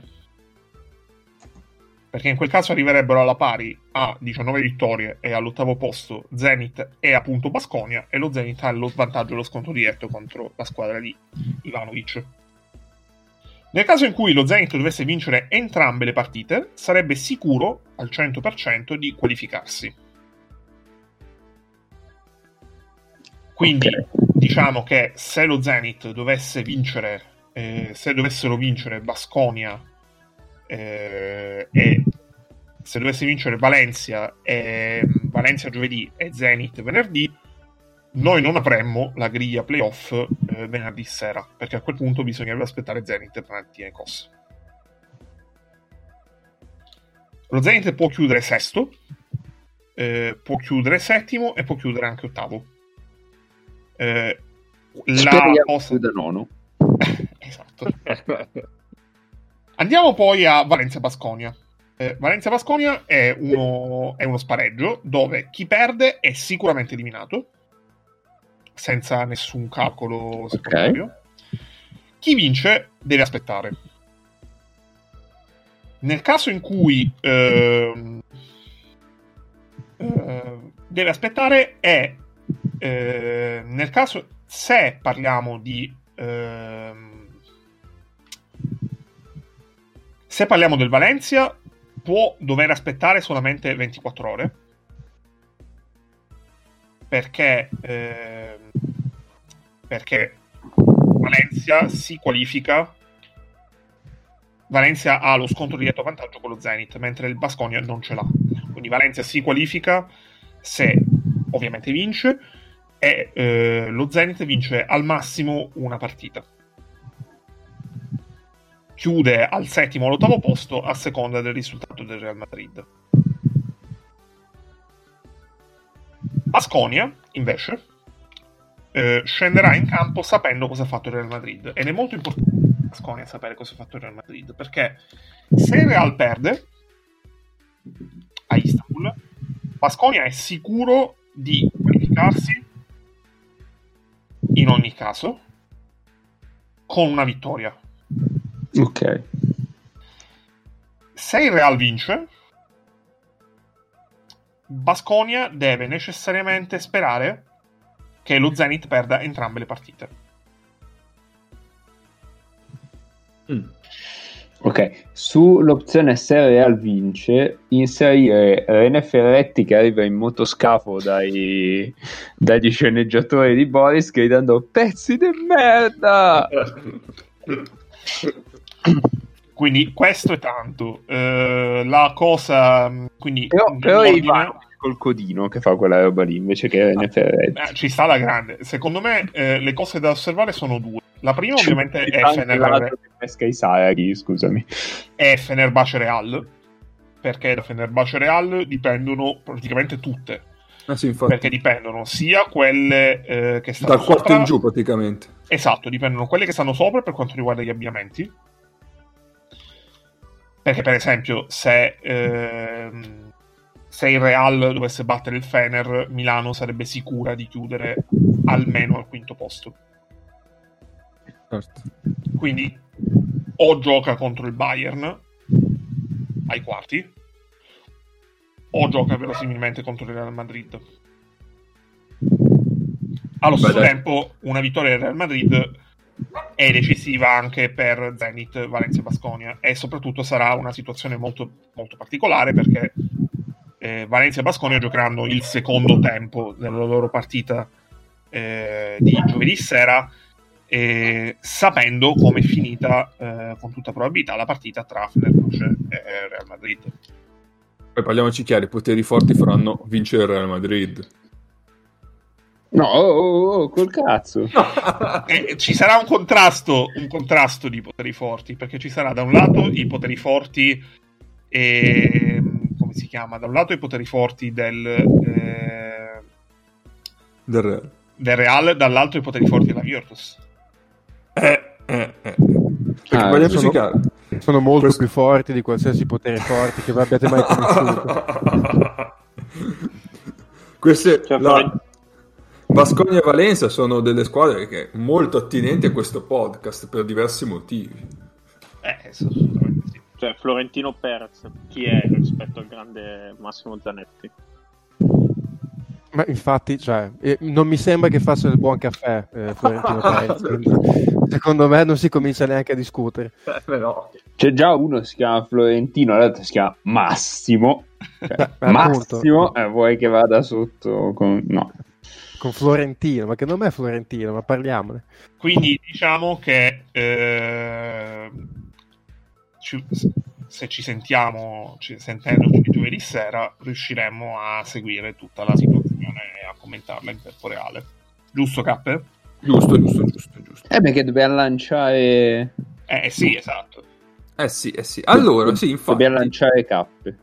perché in quel caso arriverebbero alla pari a 19 vittorie e all'8° posto Zenit e appunto Baskonia, e lo Zenit ha lo svantaggio e lo scontro diretto contro la squadra di Ivanovic. Nel caso in cui lo Zenit dovesse vincere entrambe le partite, sarebbe sicuro al 100% di qualificarsi. Quindi diciamo che se lo Zenit dovesse vincere, se dovessero vincere Baskonia e se dovesse vincere Valencia giovedì e Zenit venerdì, noi non avremmo la griglia playoff venerdì sera, perché a quel punto bisognerebbe aspettare Zenit e Panathinaikos. Lo Zenit può chiudere sesto, può chiudere settimo e può chiudere anche ottavo. Da nono. Esatto. Andiamo poi a Valencia-Baskonia. Valencia-Baskonia è uno spareggio dove chi perde è sicuramente eliminato, senza nessun calcolo secondario. Chi vince deve aspettare. Nel caso in cui deve aspettare è nel caso, se parliamo del Valencia, può dover aspettare solamente 24 ore, perché Valencia si qualifica. Valencia ha lo scontro diretto a vantaggio con lo Zenit, mentre il Baskonia non ce l'ha. Quindi Valencia si qualifica se ovviamente vince, e lo Zenit vince al massimo una partita. Chiude al 7° o all'8° posto a seconda del risultato del Real Madrid. Baskonia, invece, scenderà in campo sapendo cosa ha fatto il Real Madrid, ed è molto importante Baskonia sapere cosa ha fatto il Real Madrid, perché se il Real perde a Istanbul, Baskonia è sicuro di qualificarsi in ogni caso con una vittoria. Ok. Se il Real vince, Baskonia deve necessariamente sperare che lo Zenit perda entrambe le partite. Ok, sull'opzione se il Real vince, inserire René Ferretti che arriva in motoscafo dagli sceneggiatori di Boris gridando "pezzi di merda". Quindi questo è tanto. La cosa, quindi però Ivano col codino che fa quella roba lì invece che René Ferretti. Ci sta la grande. Secondo me le cose da osservare sono 2. La prima ovviamente è Fenerbahce Real, perché da Fenerbahce Real dipendono praticamente tutte. Sì, perché dipendono sia quelle che stanno dal quarto sopra, in giù praticamente. Esatto, dipendono quelle che stanno sopra per quanto riguarda gli abbinamenti, perché per esempio se il Real dovesse battere il Fener, Milano sarebbe sicura di chiudere almeno al 5° posto. Certo. Quindi o gioca contro il Bayern ai quarti, o gioca verosimilmente contro il Real Madrid. Allo stesso tempo una vittoria del Real Madrid è decisiva anche per Zenit, Valencia e Baskonia, e soprattutto sarà una situazione molto, molto particolare perché Valencia e Baskonia giocheranno il secondo tempo della loro partita di giovedì sera, sapendo come è finita con tutta probabilità la partita tra Fenerbahce e Real Madrid. Poi parliamoci chiari, i poteri forti faranno vincere il Real Madrid. No, col cazzo. Ci sarà un contrasto di poteri forti, perché ci sarà da un lato i poteri forti come si chiama? Da un lato i poteri forti del Real, dall'altro i poteri forti della Virtus. Sono molto più forti di qualsiasi potere forte che voi abbiate mai conosciuto. Queste Baskonia e Valencia sono delle squadre che molto attinenti a questo podcast per diversi motivi. Assolutamente sì. Cioè, Florentino Perez, chi è rispetto al grande Massimo Zanetti? Ma infatti, cioè, non mi sembra che faccia il buon caffè Florentino Perez. Secondo me non si comincia neanche a discutere. Però c'è già uno che si chiama Florentino, l'altro si chiama Massimo. Massimo, vuoi che vada sotto con... No. Con Florentino, ma che non è Florentino, ma parliamone. Quindi diciamo che se ci sentiamo sentendoci giovedì sera, riusciremo a seguire tutta la situazione e a commentarla in tempo reale. Giusto, Cappe? Giusto. Perché dobbiamo lanciare... sì, esatto. Sì. Allora, sì, infatti. Dobbiamo lanciare cappe.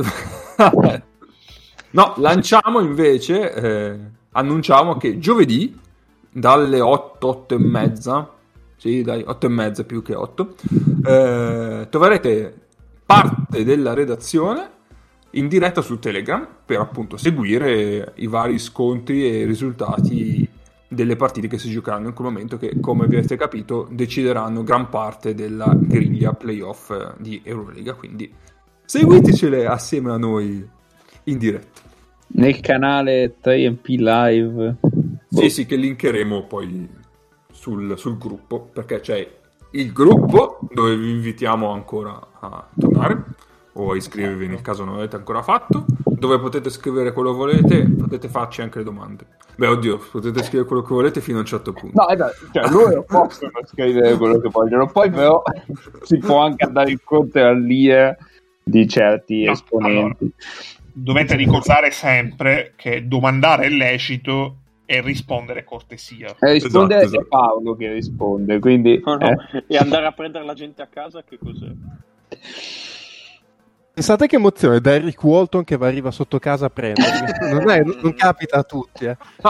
No, lanciamo invece... annunciamo che giovedì dalle 8 e mezza, sì dai, 8 e mezza più che 8, troverete parte della redazione in diretta su Telegram per appunto seguire i vari scontri e risultati delle partite che si giocheranno in quel momento, che come avete capito decideranno gran parte della griglia playoff di Euroliga, quindi seguitecele assieme a noi in diretta nel canale 3MP Live. Sì, che linkeremo poi sul gruppo, perché c'è il gruppo dove vi invitiamo ancora a tornare o a iscrivervi nel caso non l'avete ancora fatto, dove potete scrivere quello che volete, potete farci anche le domande. Beh, oddio, potete scrivere quello che volete fino a un certo punto. No, cioè loro possono scrivere quello che vogliono, poi però si può anche andare incontro all'IE di certi esponenti. Allora, dovete ricordare sempre che domandare è lecito e rispondere è cortesia. Rispondere esatto. È Paolo che risponde, quindi... No. E andare a prendere la gente a casa, che cos'è? Pensate che emozione, Derrick Walton che arriva sotto casa a prendermi. Non capita a tutti,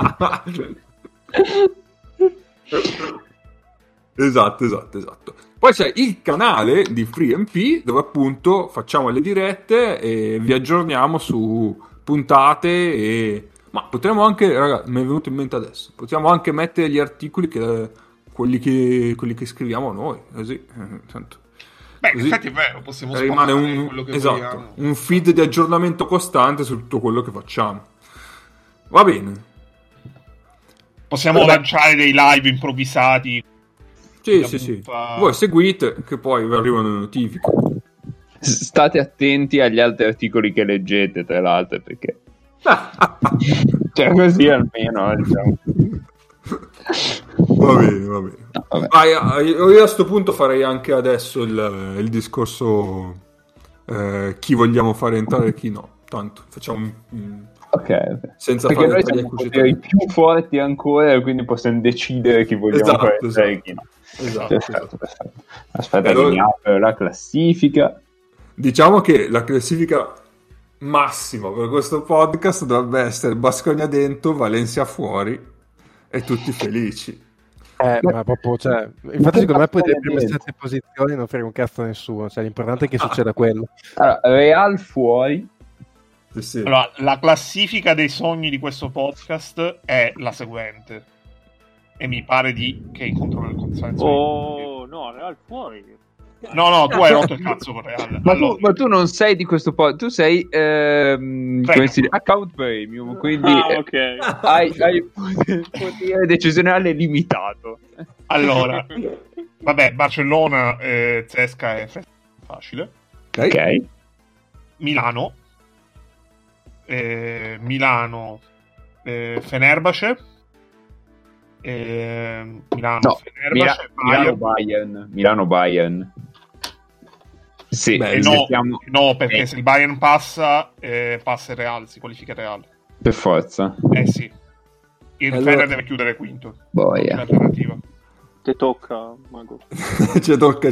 Esatto. Poi c'è il canale di FreeMP dove appunto facciamo le dirette e vi aggiorniamo su puntate ma potremmo anche, ragazzi, mi è venuto in mente adesso, potremmo anche mettere gli articoli quelli che scriviamo noi, così tanto. Beh, così infatti è vero, possiamo rimane un feed di aggiornamento costante su tutto quello che facciamo. Va bene. Possiamo lanciare dei live improvvisati. Sì. Voi seguite che poi vi arrivano le notifiche. State attenti agli altri articoli che leggete, tra l'altro, perché cioè così almeno diciamo. Va bene. No, io a questo punto farei anche adesso il discorso chi vogliamo fare entrare e chi no. Tanto facciamo ok. Senza perché fare noi siamo i più forti ancora, quindi possiamo decidere chi vogliamo fare entrare e chi no. Esatto. Aspetta, allora, la classifica. Diciamo che la classifica massima per questo podcast dovrebbe essere Baskonia dentro, Valencia fuori e tutti felici. Ma proprio, cioè, infatti secondo me poi delle prime 7 posizioni non frega un cazzo a nessuno, cioè l'importante è che succeda quello. Allora, Real fuori. Sì. Allora, la classifica dei sogni di questo podcast è la seguente e mi pare che incontro nel consenso. No, Real fuori. No, tu hai rotto il cazzo con Real. Ma tu non sei di questo podcast, tu sei come si dice, account premium, quindi hai potere decisionale limitato. Allora, Vabbè, Barcellona, Cesca è facile. Ok. Milano, Fenerbahce, Milano-Bayern. Sì, beh, no, perché se il Bayern passa il Real, si qualifica il Real. Per forza. Sì. Il Fener deve chiudere quinto. Boia. L'alternativa. Ti tocca, Mago. ci tocca.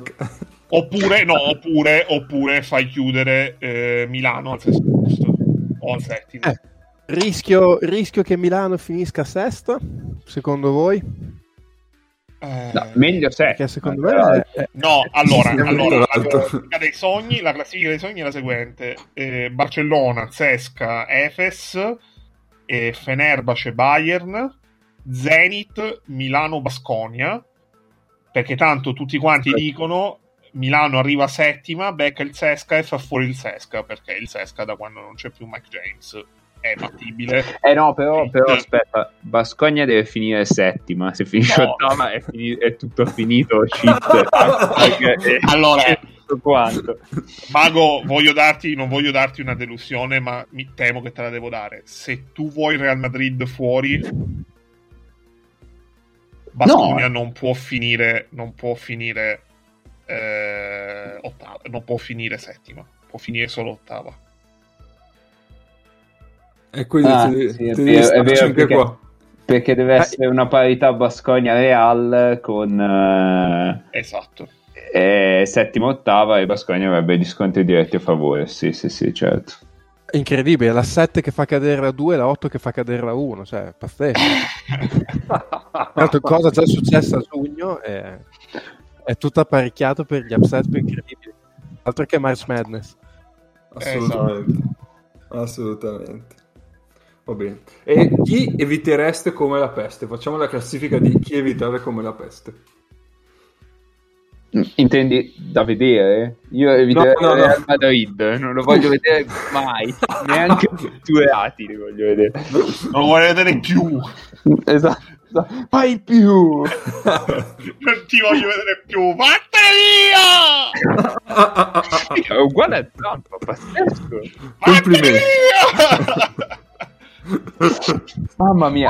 Oppure fai chiudere Milano al sesto posto o al settimo. Rischio che Milano finisca sesta, secondo voi? No, meglio se. Perché secondo me no, allora la classifica dei sogni è la seguente: Barcellona, Cesca, Efes, Fenerbahce, Bayern, Zenit, Milano, Baskonia, perché tanto tutti quanti dicono Milano arriva settima, becca il Cesca e fa fuori il Cesca, perché il Cesca da quando non c'è più Mike James è fattibile. No, però aspetta, Baskonia deve finire settima, se finisce ottava è tutto finito, shit. Allora, tutto quanto. Mago, non voglio darti una delusione, ma mi temo che te la devo dare. Se tu vuoi Real Madrid fuori, Baskonia non può finire ottava, non può finire settima, può finire solo ottava. E quindi è vero perché deve essere una parità Baskonia-Real con esatto. Settima ottava, e Baskonia avrebbe gli scontri diretti a favore. Sì, certo. È incredibile, la 7 che fa cadere la 2 e la 8 che fa cadere la 1, cioè pazzesco. Tanto cosa già è successa a giugno è tutto apparecchiato per gli upset più incredibili, altro che March Madness. Assolutamente. Va bene. E chi evitereste come la peste? Facciamo la classifica di chi evitare come la peste. Intendi da vedere? Io eviterei Real Madrid, non lo voglio vedere mai, neanche due lati li voglio vedere. Non lo voglio vedere più. Esatto. Mai più. Non ti voglio vedere più. Vattene via. È uguale a Trump, pazzesco. Complimenti. Mamma mia.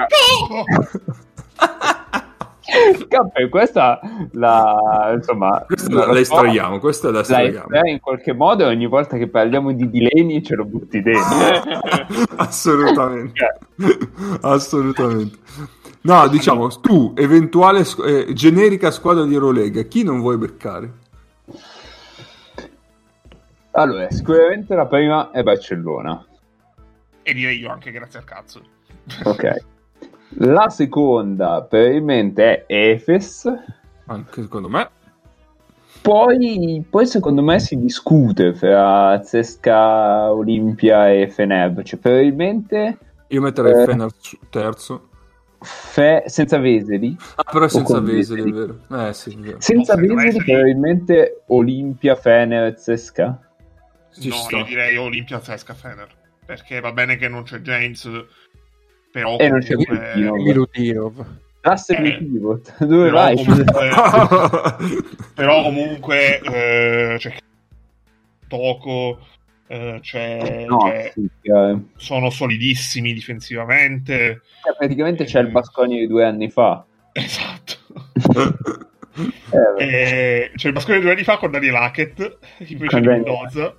Cappe, questa la estraiamo, in qualche modo, ogni volta che parliamo di Delaney ce lo butti dentro. Assolutamente. No, diciamo, tu, eventuale generica squadra di Eurolega, chi non vuoi beccare? Allora, sicuramente la prima è Barcellona. E direi io anche grazie al cazzo. Ok. La seconda probabilmente è Efes. Anche secondo me. Poi secondo me si discute fra Cesca, Olimpia e Fenerbahce. Probabilmente io metterei Fener terzo. Senza Veseli. Però senza Veseli, è vero. Sì, è vero. Senza Veseli probabilmente Olimpia, Fener, Cesca. Io direi Olimpia, Cesca, Fener. Perché va bene che non c'è James, però non c'è Milutinov. Classe Pivot. Dove vai? Però comunque c'è Tocco, sono solidissimi difensivamente. Praticamente c'è il Baskonia di 2 anni fa. Esatto. C'è il Baskonia di 2 anni fa con Daniel Hackett invece di Mendoza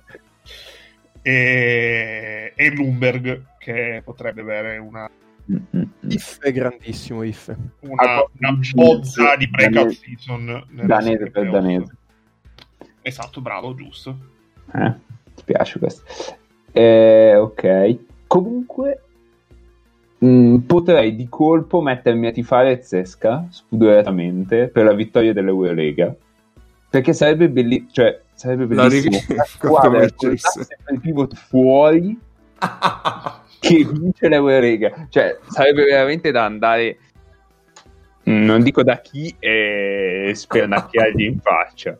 e Lumberg, che potrebbe avere una Iffe, grandissimo Iffe, una bozza di breakout season danese per danese. Esatto, bravo, giusto. Ti piace questo? Ok, comunque potrei di colpo mettermi a tifare Cesca spudoratamente per la vittoria dell'Eurolega, perché sarebbe bellissimo, sarebbe bellissimo la squadra con il pivot fuori che vince l'Eurolega, sarebbe veramente da andare, non dico da chi, e spernacchiargli in faccia.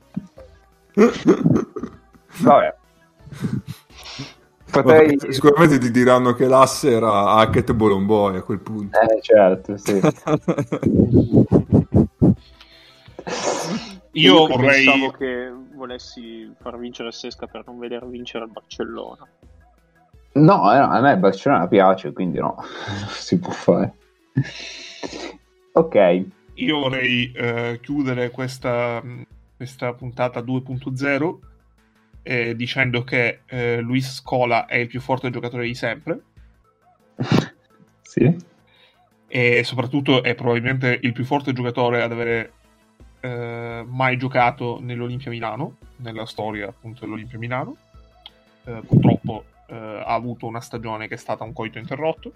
Vabbè, sicuramente ti diranno che l'asse era Hackett e Bolomboy a quel punto. Certo, sì. Io vorrei... Pensavo che volessi far vincere Sesca per non vedere vincere il Barcellona. No, a me il Barcellona piace, quindi no, si può fare. Ok. Io vorrei chiudere questa puntata 2.0 dicendo che Luis Scola è il più forte giocatore di sempre. Sì. E soprattutto è probabilmente il più forte giocatore ad avere mai giocato nell'Olimpia Milano, nella storia appunto dell'Olimpia Milano. Purtroppo ha avuto una stagione che è stata un coito interrotto.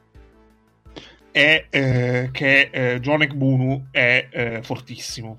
E che John Ekbunu è fortissimo.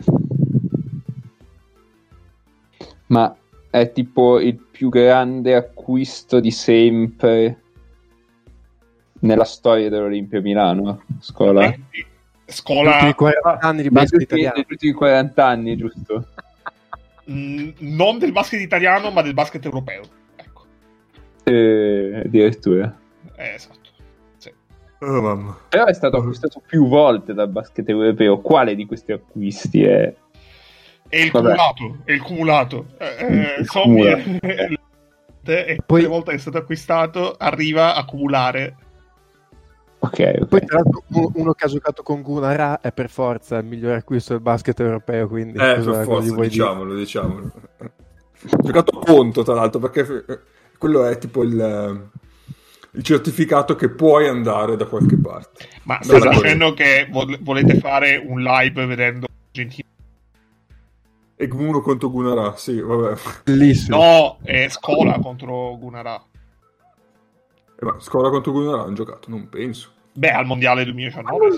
Ma è tipo il più grande acquisto di sempre nella storia dell'Olimpia Milano, Scola? Scola... Negli ultimi 40 anni di basket italiano. Negli ultimi 40 anni, giusto? Non del basket italiano, ma del basket europeo. Ecco. Addirittura. Esatto. Sì. Oh, mamma. Però è stato acquistato più volte dal basket europeo. Quale di questi acquisti è? È il Vabbè. cumulato. È il cumulato. Il cumulato. E Poi- le volte che è stato acquistato arriva a cumulare. Ok. Poi tra l'altro uno che ha giocato con Gunara è per forza il migliore acquisto del basket europeo, quindi Per cosa forza, gli vuoi dire? diciamolo. Ho giocato conto, tra l'altro, perché quello è tipo il certificato che puoi andare da qualche parte. Ma state Esatto. dicendo che volete fare un live vedendo Argentina? E uno contro Gunara, sì, vabbè. Bellissimo. No, è Scola contro Gunara. Ma Scola contro Gunara hanno giocato? Non penso. Beh, al mondiale 2019.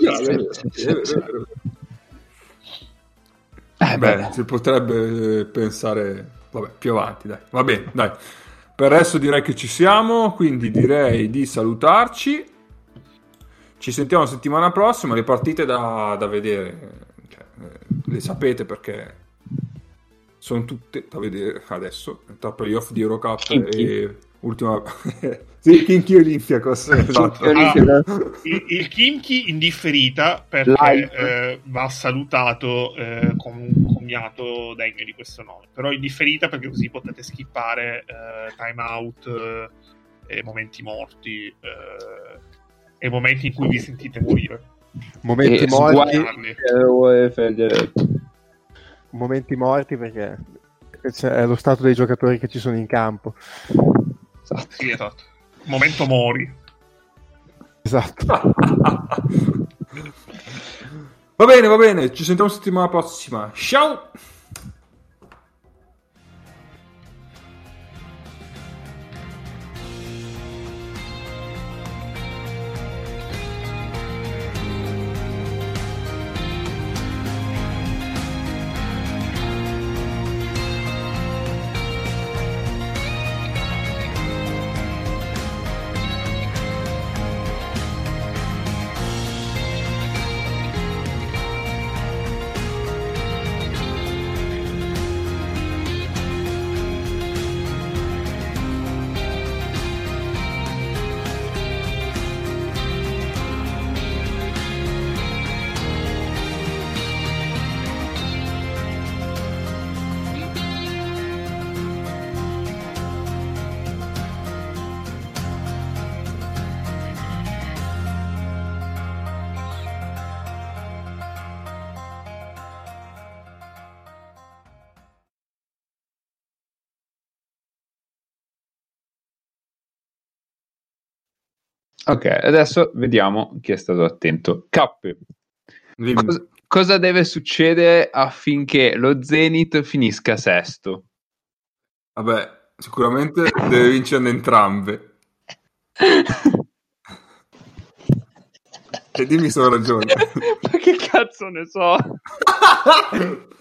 Beh, si potrebbe pensare, vabbè, più avanti, dai. Va bene, dai. Per adesso direi che ci siamo, quindi direi di salutarci. Ci sentiamo la settimana prossima. Le partite da vedere, cioè, le sapete perché sono tutte da vedere adesso, tra playoff di Eurocup e ultima... sì, Kimchi e Olympiakos, esatto. Il Kimchi in differita perché va salutato con un commiato degno di questo nome, però in differita perché così potete skippare time out e momenti morti e momenti in cui vi sentite morire. Momenti morti perché è lo stato dei giocatori che ci sono in campo. Sì, esatto. Momento Mori. Esatto. Va bene, ci sentiamo settimana prossima. Ciao! Ok, adesso vediamo chi è stato attento. Cappe. Cosa deve succedere affinché lo Zenit finisca sesto? Vabbè, sicuramente deve vincerne entrambe. E dimmi se ho ragione. Ma che cazzo ne so?